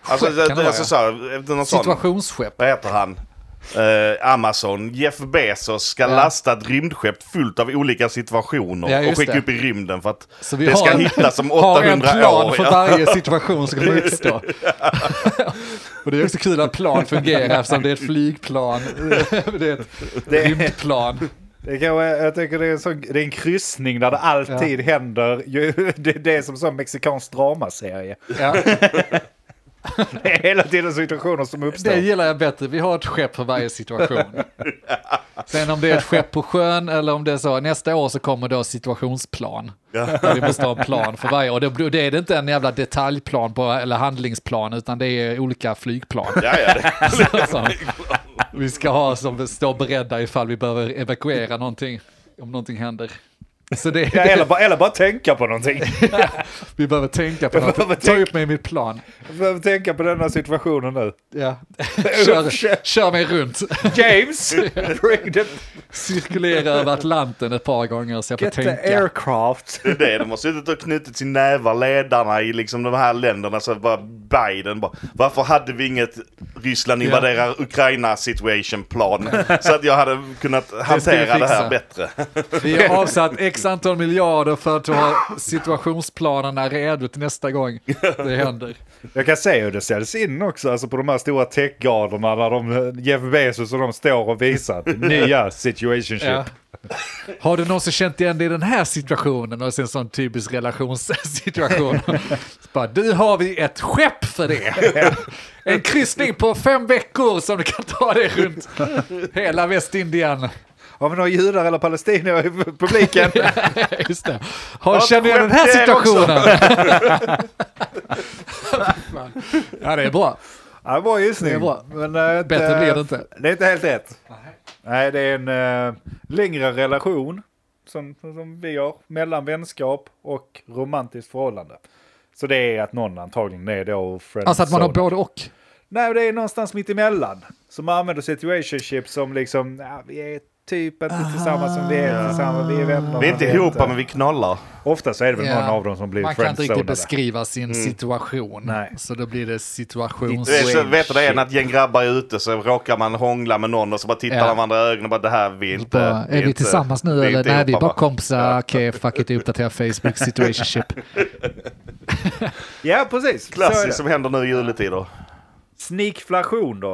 Situationsskepp. Vad heter han? Amazon, Jeff Bezos ska lasta ett rymdskepp fullt av olika situationer och skicka upp i rymden för att det ska hittas om 800 år. Har en plan för varje situation som kommer uppstå. Och det är också kul att plan fungerar eftersom det är ett flygplan. Det är ett rymdplan. Jag tycker det är en kryssning där det alltid händer. Det är som en mexikansk dramaserie. Ja. Det är hela tiden situationer som uppstår. Det gillar jag bättre. Vi har ett skepp för varje situation. Sen om det är ett skepp på sjön eller om det är så, nästa år så kommer då situationsplan. Där vi måste ha en plan för varje år. Det är inte en jävla detaljplan eller handlingsplan, utan det är olika flygplan. Så, vi ska ha som står beredda ifall vi behöver evakuera någonting, om någonting händer. Så det, eller bara tänka på någonting. Vi behöver tänka på något. Ta upp mig i mitt plan. Vi behöver tänka på den här situationen nu. Ja. Kör mig runt. James! Cirkulera över Atlanten ett par gånger så jag får tänka. Get the aircraft. Det är det. De måste inte ha knutit sin nävar ledarna i liksom de här länderna. Så bara Biden bara, varför hade vi inget Ryssland invaderar Ukraina situation plan så att jag hade kunnat hantera det här bättre. Vi har avsatt x antal miljarder för att ha situationsplanerna redo till nästa gång det händer. Jag kan säga hur det säljs in också, alltså på de här stora techgarderna där Jeff Bezos och de står och visar nya situationship. Ja. Har du någonsin känt igen dig i den här situationen? Och sen sån typisk relationssituation. Bara, du har vi ett skepp för det. En kryssning på 5 veckor som du kan ta dig runt hela Västindien. Har vi några judar eller palestinier i publiken? Just det. Känner du igen den här situationen? Ja, det är bra. Ja, bra gissning. Det är bra. Men, bättre blir det inte. Det är inte helt rätt. Nej, det är en längre relation som vi har mellan vänskap och romantiskt förhållande. Så det är att någon antagligen är då friend. Alltså att man har både och? Nej, det är någonstans mitt emellan. Som använder situationship som liksom, vi är typ inte tillsammans som vi är tillsammans, vi är vänner. Vi är inte ihop men vi knallar. Ofta så är det väl någon av dem som blir friendzonade. Man kan inte riktigt beskriva sin situation. Nej. Så då blir det situations... Vet du det är att gäng grabbar är ute så råkar man hångla med någon och så bara tittar de andra ögonen och bara det här vi inte... Är vi tillsammans nu eller? Nej, vi är bara kompisar. Okej, fuck it, uppdatera Facebook situationship. Ja, precis. Klassiskt som händer nu i juletider. Sneakflation då.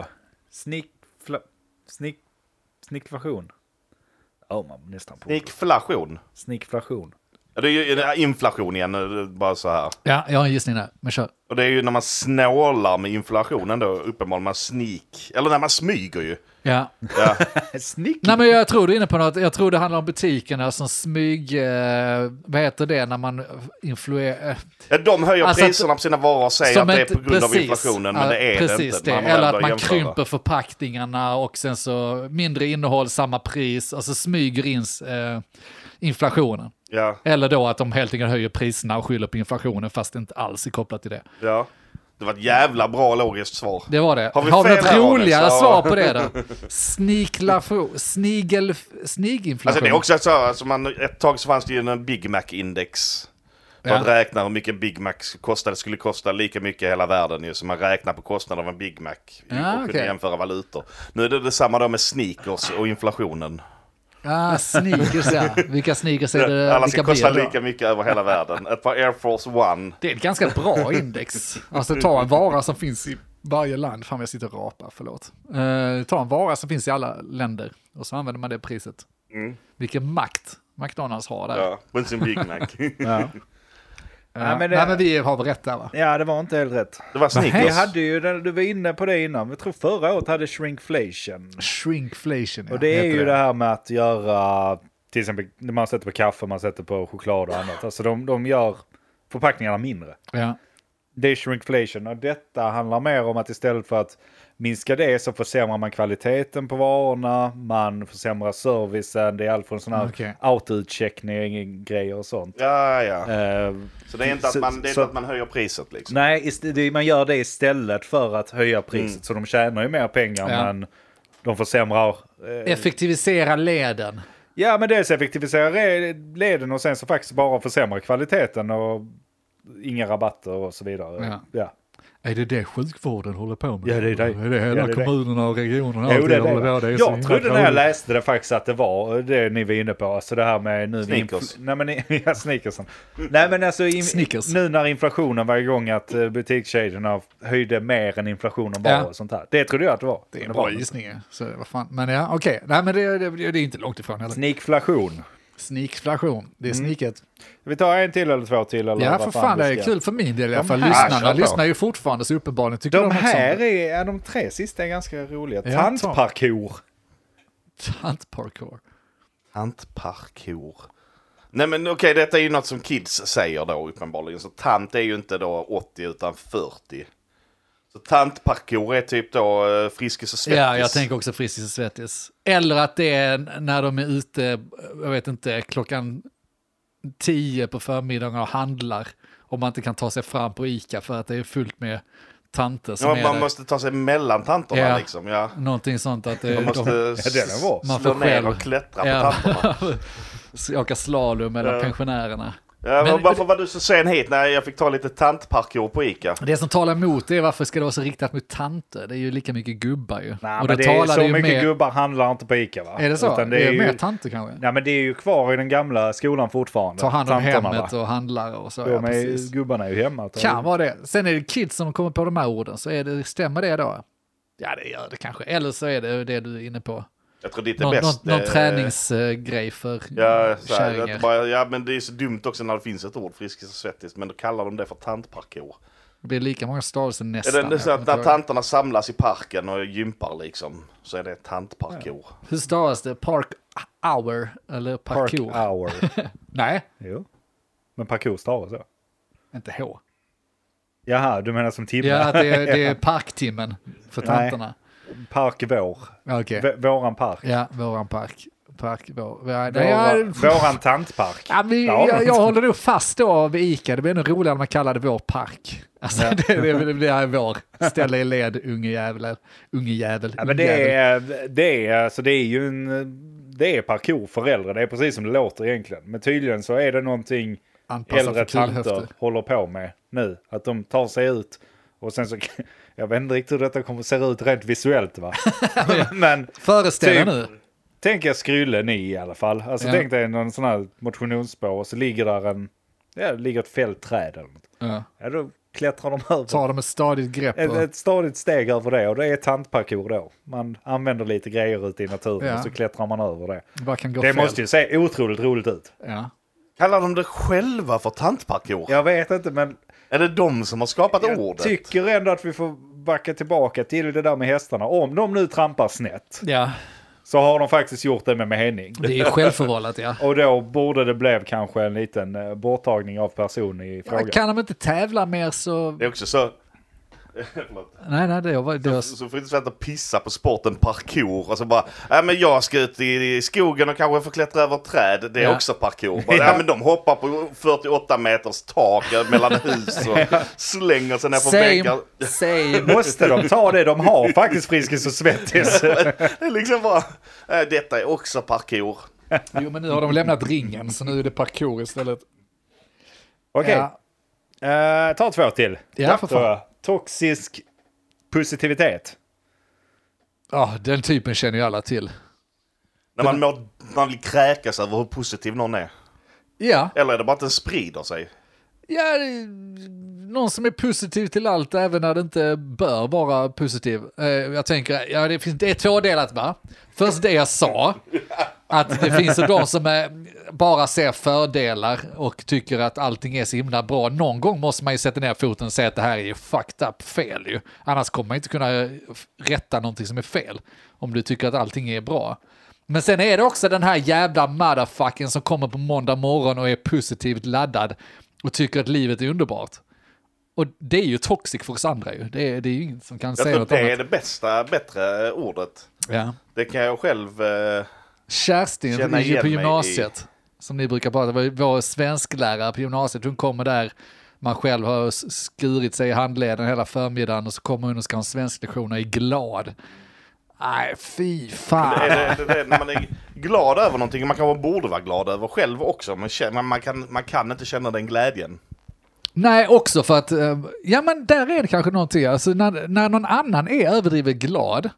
Sneakflation. Man nästan på. Sneakflation. Sneakflation. Det är ju inflation igen, bara så här. Ja, jag har en gissning där, men kör. Och det är ju när man snålar med inflationen då, uppenbarligen man eller när man smyger ju. Ja. Snick. Nej, men jag tror du är inne på något. Jag tror det handlar om butikerna som vad heter det när man influerar... Ja, de höjer priserna på sina varor och säger att det är på grund av inflationen, men det är det inte. Eller att man krymper förpackningarna och sen så mindre innehåll, samma pris, alltså smyger in inflationen. Ja. Eller då att de helt enkelt höjer priserna och skyller på inflationen fast det inte alls är kopplat till det. Ja. Det var ett jävla bra logiskt svar. Det var det. Har vi något roligare så... svar på det då? Sniginflation. Alltså det är också så alltså ett tag så fanns det ju en Big Mac-index. För att räkna hur mycket Big Mac skulle kosta lika mycket i hela världen ju. Så man räknar på kostnaden av en Big Mac och kunde jämföra valutor. Nu är det detsamma då med sneakers och inflationen. Sneakers ja. Vilka sneakers är det? Alla ska kosta lika mycket över hela världen. Ett par Air Force One. Det är ett ganska bra index. Alltså ta en vara som finns i varje land. Fan, jag sitter och rapar, förlåt. Ta en vara som finns i alla länder. Och så använder man det priset. Vilken makt McDonalds har där. Ja, på sin Big Mac. Ja. Men vi har väl rätt där, va? Ja, det var inte helt rätt. Det var sneakers. Vi hade ju, du var inne på det innan. Jag tror förra året hade shrinkflation. Shrinkflation, ja. Och det är ju det här med att göra, till exempel när man sätter på kaffe, man sätter på choklad och annat. Alltså de gör förpackningarna mindre. Ja. Det är shrinkflation och detta handlar mer om att istället för att minska det så försämrar man kvaliteten på varorna, man försämrar servicen, det är allt från sådana här autoutcheckning grejer och sånt. Ja. Så det är inte att man höjer priset liksom. Nej, man gör det istället för att höja priset. Så de tjänar ju mer pengar men de försämrar... Effektivisera leden. Ja, men dels effektivisera leden och sen så faktiskt bara försämra kvaliteten och inga rabatter och så vidare. Ja. Är det sjukvården håller på med? Ja, det är det. Är det hela kommunerna och regionerna? Jo, jag trodde när jag läste det faktiskt att det var det ni var inne på. Alltså det här med nu... Snickers. Snickersen. Nej, men alltså nu när inflationen var igång att butikskedjorna höjde mer än inflationen bara och sånt här. Det trodde jag att det var. Det är en bra gissning. Så vad fan. Men ja, okej. Nej, men det är inte långt ifrån heller. Snikflation. Snikflation. Det är sniket. Vi tar en till eller två till? Eller ja, för fan, det är kul för min del i alla fall. Lyssnarna lyssnar ju fortfarande så uppenbarligen. Tycker de här är de tre sista är ganska roliga. Ja, Tantparkour. Tantparkour. Nej men okej, detta är ju något som kids säger då uppenbarligen. Så tant är ju inte då 80 utan 40. Så tantparkour är typ då Friskis och Svettis. Ja, jag tänker också Friskis och Svettis. Eller att det är när de är ute, jag vet inte, klockan 10 på förmiddagen och handlar. Om man inte kan ta sig fram på Ica för att det är fullt med tanter som är man där. måste ta sig mellan tanterna liksom. Ja. Någonting sånt att man måste slå ner och klättra på tanterna. Åka slalom mellan pensionärerna. Ja, men varför var du så sen hit när jag fick ta lite tantparkour på Ica? Det som talar emot det är varför ska det vara så riktat mot tanter? Det är ju lika mycket gubbar ju. Nej, och men det är så mycket mer... gubbar handlar inte på Ica, va? Är det så? Utan det är ju... mer tanter kanske? Nej, men det är ju kvar i den gamla skolan fortfarande. Ta hand om hemmet och handlar och så. Ja, precis. Gubbarna är ju hemma. Kan vara det. Sen är det kids som kommer på de här orden. Så stämmer det då? Ja, det gör det kanske. Eller så är det det du är inne på. Jag tror det är bäst. Någon träningsgrej för kärringar. Ja, men det är så dumt också när det finns ett ord, Friskis och Svettis, men då kallar de det för tantparkour. Det blir lika många stavelser nästan. Är det så att när tanterna samlas i parken och gympar liksom, så är det tantparkour. Ja. Hur stavas det? Park hour eller parkour? Park hour. Nej. Jo. Men parkour stavas så. Inte H. Jaha, du menar som timme? Ja, det är parktimmen för tanterna. Nej. Park vår. Okay. Våran park. Ja, våran park. Våran tantpark. Ja, jag håller nog fast då vid Ica. Det blir nog roligare när man kallar det vår park. Alltså, det blir vår. Ställa i led, unge jävel. Ja, men det är ju det är parkour för äldre. Det är precis som det låter egentligen. Men tydligen så är det någonting äldre tanter håller på med nu. Att de tar sig ut och sen så... Jag vet inte riktigt hur detta kommer att se ut rent visuellt, va? Men föreställ nu. Tänk jag Skrylle ni i alla fall. Alltså tänk dig någon sån här motionsspår och så ligger där ligger ett fältträd eller något. Ja, då klättrar de över. Tar de ett stadigt grepp. Ett stadigt steg över det och det är tantparkour då. Man använder lite grejer ute i naturen och så klättrar man över det. Det måste ju se otroligt roligt ut. Ja. Kallar de det själva för tantparkour? Jag vet inte, men... Är det de som har skapat ordet? Jag tycker ändå att vi får backa tillbaka till det där med hästarna. Om de nu trampar snett, så har de faktiskt gjort det med mening. Det är självförvållat, ja. Och då borde det blev kanske en liten borttagning av person i fråga. Kan de inte tävla mer så... Det är också så... Nej, det var... Så får inte svänta pissa på sporten parkour. Och så bara, men jag ska ut i skogen och kanske få klättra över träd. Det är också parkour. Bara, men de hoppar på 48 meters tak mellan hus och slänger sig ner på väggar. Måste de ta det? De har faktiskt Friskis och Svettis. Det är liksom bara, detta är också parkour. Jo, men nu har de lämnat ringen, så nu är det parkour istället. Okej. Ta 2 till. Ja, för fan. Toxisk positivitet. Ja, den typen känner ju alla till. När man vill kräkas över hur positiv någon är. Ja. Eller är det bara att den sprider sig? Ja, någon som är positiv till allt även när det inte bör vara positiv. Jag tänker, det är 2 delat, va? Först det jag sa, att det finns de som bara ser fördelar och tycker att allting är så himla bra. Någon gång måste man ju sätta ner foten och säga att det här är ju fucked up fel ju. Annars kommer man inte kunna rätta någonting som är fel om du tycker att allting är bra. Men sen är det också den här jävla motherfucken som kommer på måndag morgon och är positivt laddad och tycker att livet är underbart. Och det är ju toxic för oss andra ju. Det är ju ingen som kan säga något annat. Det är det bättre ordet. Ja. Det kan jag själv Kerstin på gymnasiet, som ni brukar prata om, vår svensklärare på gymnasiet. Hon kommer där, man själv har skurit sig i handleden hela förmiddagen och så kommer hon och ska ha en svensk lektion och är glad. Nej, fy fan. När man är glad över någonting, man kanske borde vara glad över själv också, men man kan inte känna den glädjen. Nej, också för att, ja men där är det kanske någonting, alltså när någon annan är överdrivet glad,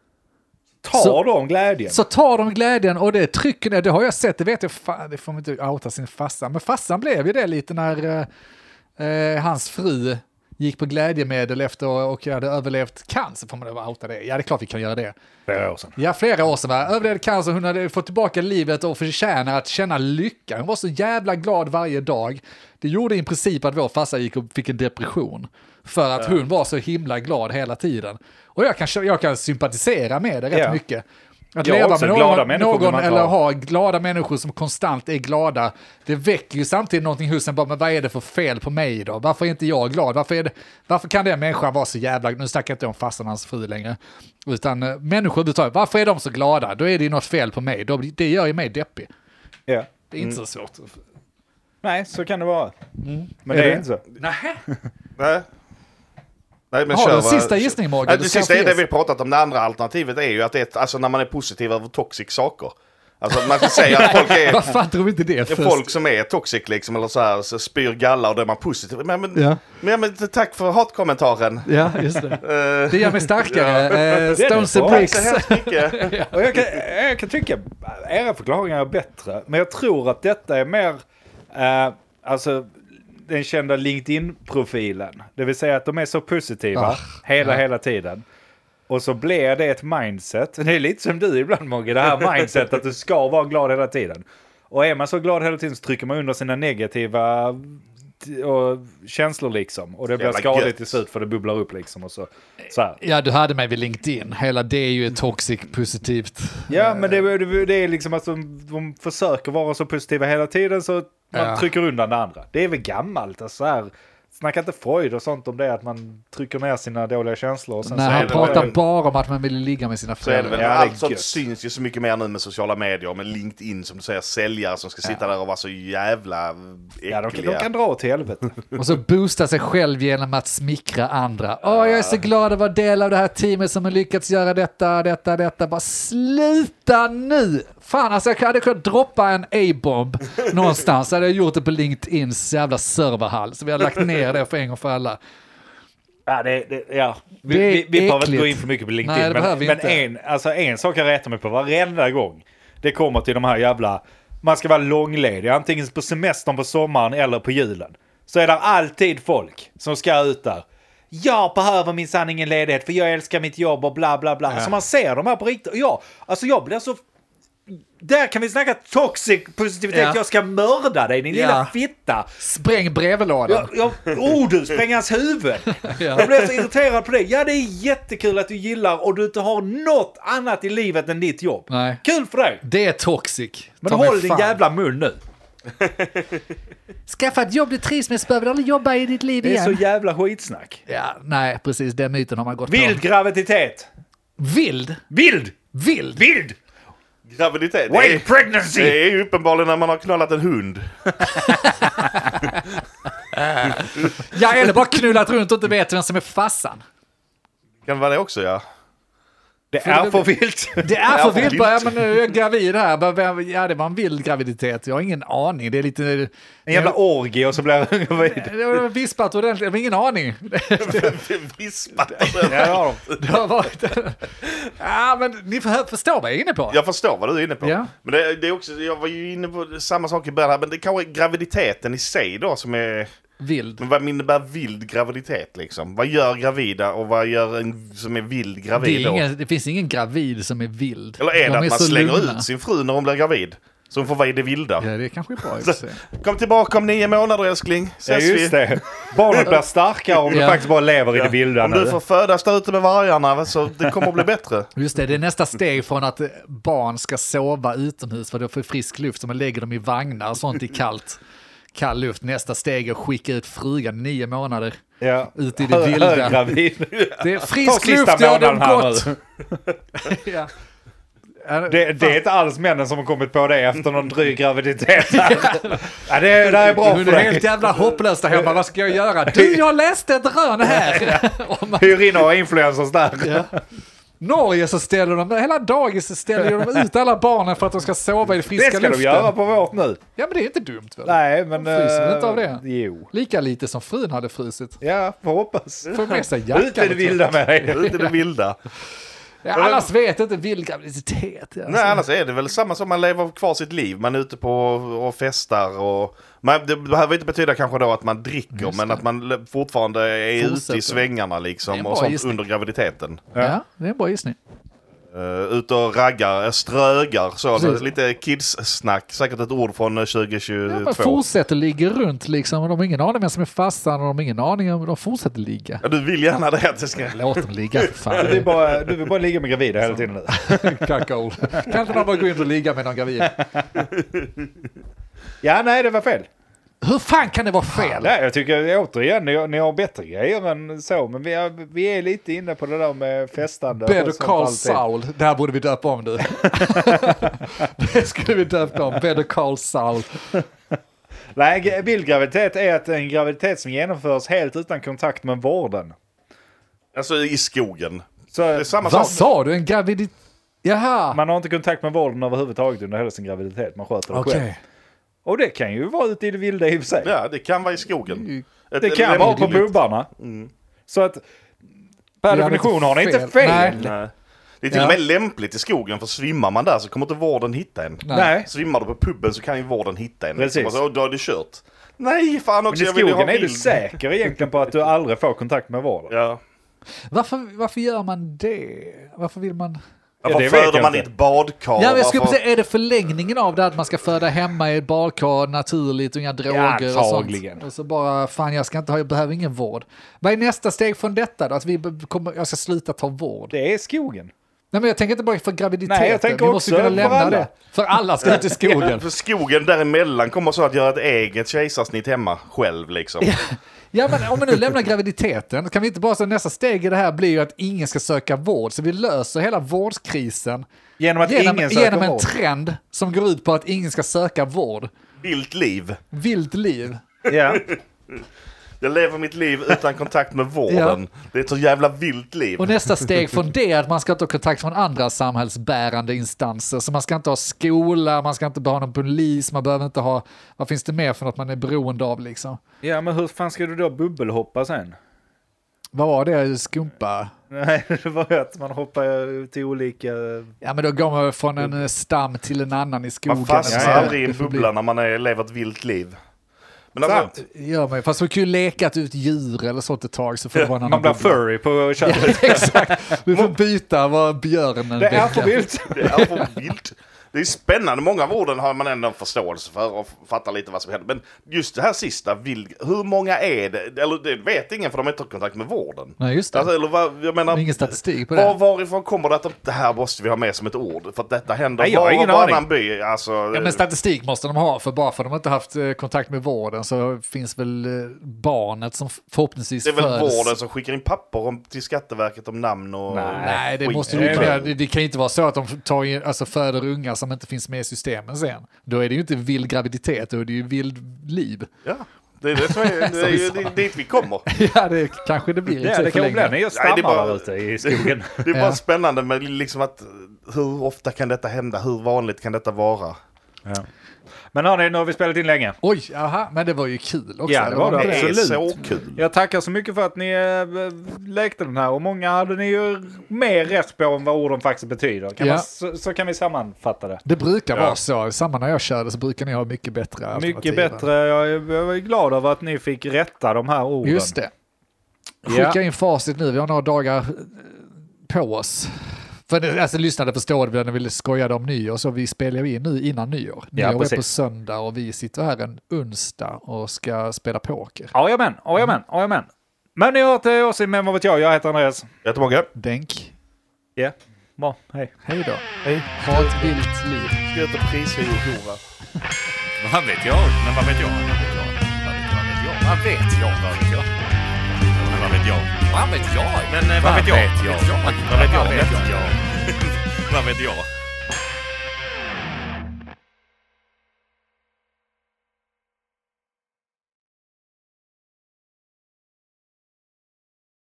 de glädjen och det trycker ner, det har jag sett, det vet jag, det får man inte outa sin farsa, men farsan blev ju det lite när hans fru gick på glädjemedel efter och hade överlevt cancer, får man väl outa det? Ja, det är klart vi kan göra det. Flera år sedan. Ja, flera år sedan. Överlevde cancer, hon hade fått tillbaka livet och förtjänar att känna lycka. Hon var så jävla glad varje dag. Det gjorde i princip att vår farsa gick och fick en depression. För att hon var så himla glad hela tiden. Och jag kan sympatisera med det rätt mycket. Att leva med någon eller ha glada människor som konstant är glada, det väcker ju samtidigt någonting hos en bara, men vad är det för fel på mig då? Varför är inte jag glad? Varför kan den människan vara så jävla, nu snackar jag inte om farsan och hans fru längre, utan människor betalar, varför är de så glada? Då är det ju något fel på mig, det gör ju mig deppig. Ja. Det är inte så svårt. Nej, så kan det vara. Men det är inte så. Nej, men den sista gissningen, Morgan. Det sista är det vi pratat om. Det andra alternativet är ju att det är, alltså när man är positiv över toxic saker. Alltså man kan säga att folk är... Vad fan tror vi inte det först? Folk som är toxic liksom, eller så här, så spyr galla och då är man positiv. Men tack för hatkommentaren. Ja, just det. Det gör mig starkare. Stones and Bricks. Och jag kan tycka era förklaringar är bättre. Men jag tror att detta är mer... alltså... den kända LinkedIn-profilen. Det vill säga att de är så positiva hela tiden. Och så blir det ett mindset. Det är lite som du ibland, Mogge. Det här mindset att du ska vara glad hela tiden. Och är man så glad hela tiden så trycker man under sina negativa känslor liksom. Och det blir skadligt till slut för det bubblar upp liksom. Och så här. Ja, du hade mig vid LinkedIn. Hela det är ju toxic positivt. Ja, men det är liksom att de försöker vara så positiva hela tiden så man trycker undan det andra. Det är väl gammalt. Alltså här, snackar inte Freud och sånt om det att man trycker ner sina dåliga känslor. Och sen nej, han pratar bara om att man vill ligga med sina föräldrar. Allt sånt syns ju så mycket mer nu med sociala medier. Med LinkedIn som du säger, säljare som ska sitta där och vara så jävla äckliga. Ja, de kan dra åt helvete. Och så boosta sig själv genom att smickra andra. Jag är så glad att vara del av det här teamet som har lyckats göra detta. Bara sluta nu! Fan, alltså jag hade kunnat droppa en A-bomb någonstans. Jag hade gjort det på LinkedIns jävla serverhall. Så vi har lagt ner det för en gång för alla. Ja, vi behöver inte gå in för mycket på LinkedIn. Nej, men en sak jag rättar mig på varenda gång. Det kommer till de här jävla... Man ska vara långledig. Antingen på semestern på sommaren eller på julen. Så är det alltid folk som ska ut där. Jag behöver min sanningen ledighet för jag älskar mitt jobb och bla bla bla. Så man ser de här på riktigt. Jag blir så där kan vi snacka toxic positivitet. Ja. Jag ska mörda dig, din lilla fitta. Spräng brevlådan. Du spränger hans huvud. Jag blev så irriterad på det. Ja, det är jättekul att du gillar och du inte har något annat i livet än ditt jobb. Nej. Kul för dig. Det är toxic. Men håll din jävla mun nu. Skaffa ett jobb du trivs med, så behöver du aldrig jobba i ditt liv igen. Det är så jävla skitsnack. Ja, nej, precis. Den myten har man gått Vild graviditet. Vild? Vild! Graviditet. Wait, pregnancy! Det är ju uppenbarligen när man har knallat en hund. Ja, eller bara knullat runt och inte vet vem som är fassan. Kan vara det också, ja. Det är för vilt. Det är för vilt. Ja, men nu är jag gravid här. Ja, det var en vild graviditet. Jag har ingen aning. Det är lite... En jävla orgie och så blir jag gravid. Det var vispat ordentligt. Jag har ingen aning. Vispat. Ja, Det har varit... Ja, men ni förstår vad jag är inne på. Jag förstår vad du är inne på. Ja. Men det är också, jag var ju inne på samma sak i början här, men det kanske är graviditeten i sig då som är... Vild. Men vad innebär vild graviditet liksom? Vad gör gravida och vad gör en som är vild gravid då? Det finns ingen gravid som är vild. Eller är det att man slänger lugna ut sin fru när hon blir gravid? Så hon får vara i det vilda. Ja, det kanske är bra i och för sig. Kom tillbaka om 9 månader, älskling. Ja, just det. Barnet blir starkare om du faktiskt bara lever i det vilda. Om du får födas där ute med vargarna så det kommer att bli bättre. Just det är nästa steg från att barn ska sova utomhus för att få frisk luft, så man lägger dem i vagnar och sånt i kall luft. Nästa steg är att skicka ut frugan 9 månader ut i det vilda. Det är frisk luft, ja, det är gott. Ja. Det är inte alls männen som har kommit på det efter någon dryg graviditet. Ja, det är bra för dig. Det är helt jävla hopplöst där hemma. Vad ska jag göra? Du, jag läste ett rön här. Hyr in några influencers där. Ja. Norge så ställer de, hela dagis så ställer de ut alla barnen för att de ska sova i friska luften. Det ska de göra på vårt nu. Ja, men det är inte dumt väl? Nej, men... De fryser inte av det? Jo. Lika lite som frun hade frusit. Ja, får hoppas. Får med sig jackan. Ut i det vilda med dig. Ut i det vilda. Ja, annars vet inte vild graviditet. Alltså. Nej, annars är det väl samma som man lever kvar sitt liv. Man är ute på och festar och... Det behöver inte betyda kanske då att man dricker, men att man fortfarande är ute i svängarna liksom och sånt under graviditeten. Ja, det är en bra gissning. Ut och raggar, strögar, så lite kids-snack. Säkert ett ord från 2022. Ja, man fortsätter ligga runt liksom, och de har ingen aning vem som är fastan och de har ingen aning om de fortsätter ligga. Ja, du vill gärna det att det ska... Låt dem ligga för fan. Du vill bara ligga med gravida hela tiden nu. Kakao. Kan inte man bara gå in och ligga med någon gravid? Ja, nej, det var fel. Hur fan kan det vara fel? Nej, jag tycker återigen, ni har bättre grejer än så. Men vi är lite inne på det där med festande. Better Call Saul. Där borde vi döpa om det. Det skulle vi döpa om. Better Call Saul. Nej, bildgraviditet är att en graviditet som genomförs helt utan kontakt med vården. Alltså i skogen. Så, det är samma vad sak. sa du? En graviditet? Jaha. Man har inte kontakt med vården överhuvudtaget under hela sin graviditet. Man sköter det själv. Och det kan ju vara ute i det vilda i och för sig. Ja, det kan vara i skogen. Det kan vara på pubbarna. Mm. Så att per definition har ni inte fel. Nej. Det är till och med lämpligt i skogen, för svimmar man där så kommer inte vården hitta en. Nej. Svimmar du på pubben så kan ju vården hitta en. Precis. Så då har du kört. Nej, fan också. Men i skogen är du säker egentligen på att du aldrig får kontakt med vården. Ja. Varför gör man det? Varför vill man... Varför föder man i ett badkar? Ja, men jag skulle säga, är det förlängningen av det att man ska föda hemma i ett badkar naturligt och inga droger och sånt? Och så bara, fan jag behöver ingen vård. Vad är nästa steg från detta då? Att jag ska sluta ta vård? Det är skogen. Nej, men jag tänker inte bara för graviditeten. Nej, jag tänker vi måste också kunna lämna alla. det. För alla ska ut i skogen. Ja, för skogen däremellan kommer så att göra ett eget kejsarsnitt hemma själv liksom. Ja, men om vi nu lämnar graviditeten kan vi inte bara så nästa steg i det här blir ju att ingen ska söka vård. Så vi löser hela vårdskrisen genom en trend som går ut på att ingen ska söka vård. Vilt liv. Ja. Jag lever mitt liv utan kontakt med vården. Ja. Det är ett så jävla vilt liv. Och nästa steg från det är att man ska inte ha kontakt från andra samhällsbärande instanser. Så man ska inte ha skola, man ska inte ha någon polis, man behöver inte ha... Vad finns det mer för att man är beroende av liksom? Ja, men hur fan ska du då bubbelhoppa sen? Vad var det? Skumpa? Nej, det var ju att man hoppar till olika... Ja, men då går man från en stam till en annan i skogen. Man fastnar aldrig i en bubbla när man lever ett vilt liv. Men alltså, ja, men fast vi kan ju leka ut djur eller sånt ett tag så får det vara en annan. Man blir furry på köttet. Ja, exakt. Vi får byta vad björnen det är för vilt. Det är för vilt. Det är spännande. Många av orden har man ändå en förståelse för och fattar lite vad som händer. Men just det här sista, hur många är det? Eller det vet ingen för de har inte har kontakt med vården. Nej, just det. Alltså, eller jag menar, ingen statistik på det. Varifrån kommer det att det här måste vi ha med som ett ord? För att detta händer ingen by. Alltså, Ja, men statistik måste de ha, för bara för att de inte haft kontakt med vården så finns väl barnet som förhoppningsvis det är väl vården som skickar in papper till Skatteverket om namn och... Nej, det måste ju det kan inte vara så att de tar in, alltså föder unga som inte finns med i systemen sen. Då är det ju inte vild graviditet, då är det ju vild liv. Ja, det är det som är, det är ju dit vi kommer. Ja, det kanske det blir. Ja, det kan bli när jag stammar där ute i skogen. Det är bara spännande med liksom att hur ofta kan detta hända? Hur vanligt kan detta vara? Ja. Men hörni, nu har vi spelat in länge. Oj, aha, men det var ju kul också. Ja, det var det absolut. Det är så kul. Jag tackar så mycket för att ni lekte den här. Och många hade ni ju mer rätt på om vad orden faktiskt betyder. Så kan vi sammanfatta det. Det brukar vara så. Samma när jag körde så brukar ni ha mycket bättre alternativ. Mycket bättre. Jag är glad över att ni fick rätta de här orden. Just det. Skicka in facit nu. Vi har några dagar på oss. För alltså, lyssnade förstår det när vi skojade om nyår, så vi spelar ju in nu innan nyår. Nyår är på söndag och vi sitter här en onsdag och ska spela poker. Jajamän. Men ni har hört oss i Men vad vet jag heter Andreas. Jag heter Mogge. Denk. Ja, bra. Hej. Hej då. Hej. Ha ett vilt liv. Ska jag ta prishöj och hora? Vad vet jag? Men vad vet jag? Vad vet jag? Men vad vet jag? Vad vet jag? Men vad vet jag? Vad vet jag? Vad vet jag? Vad vet jag?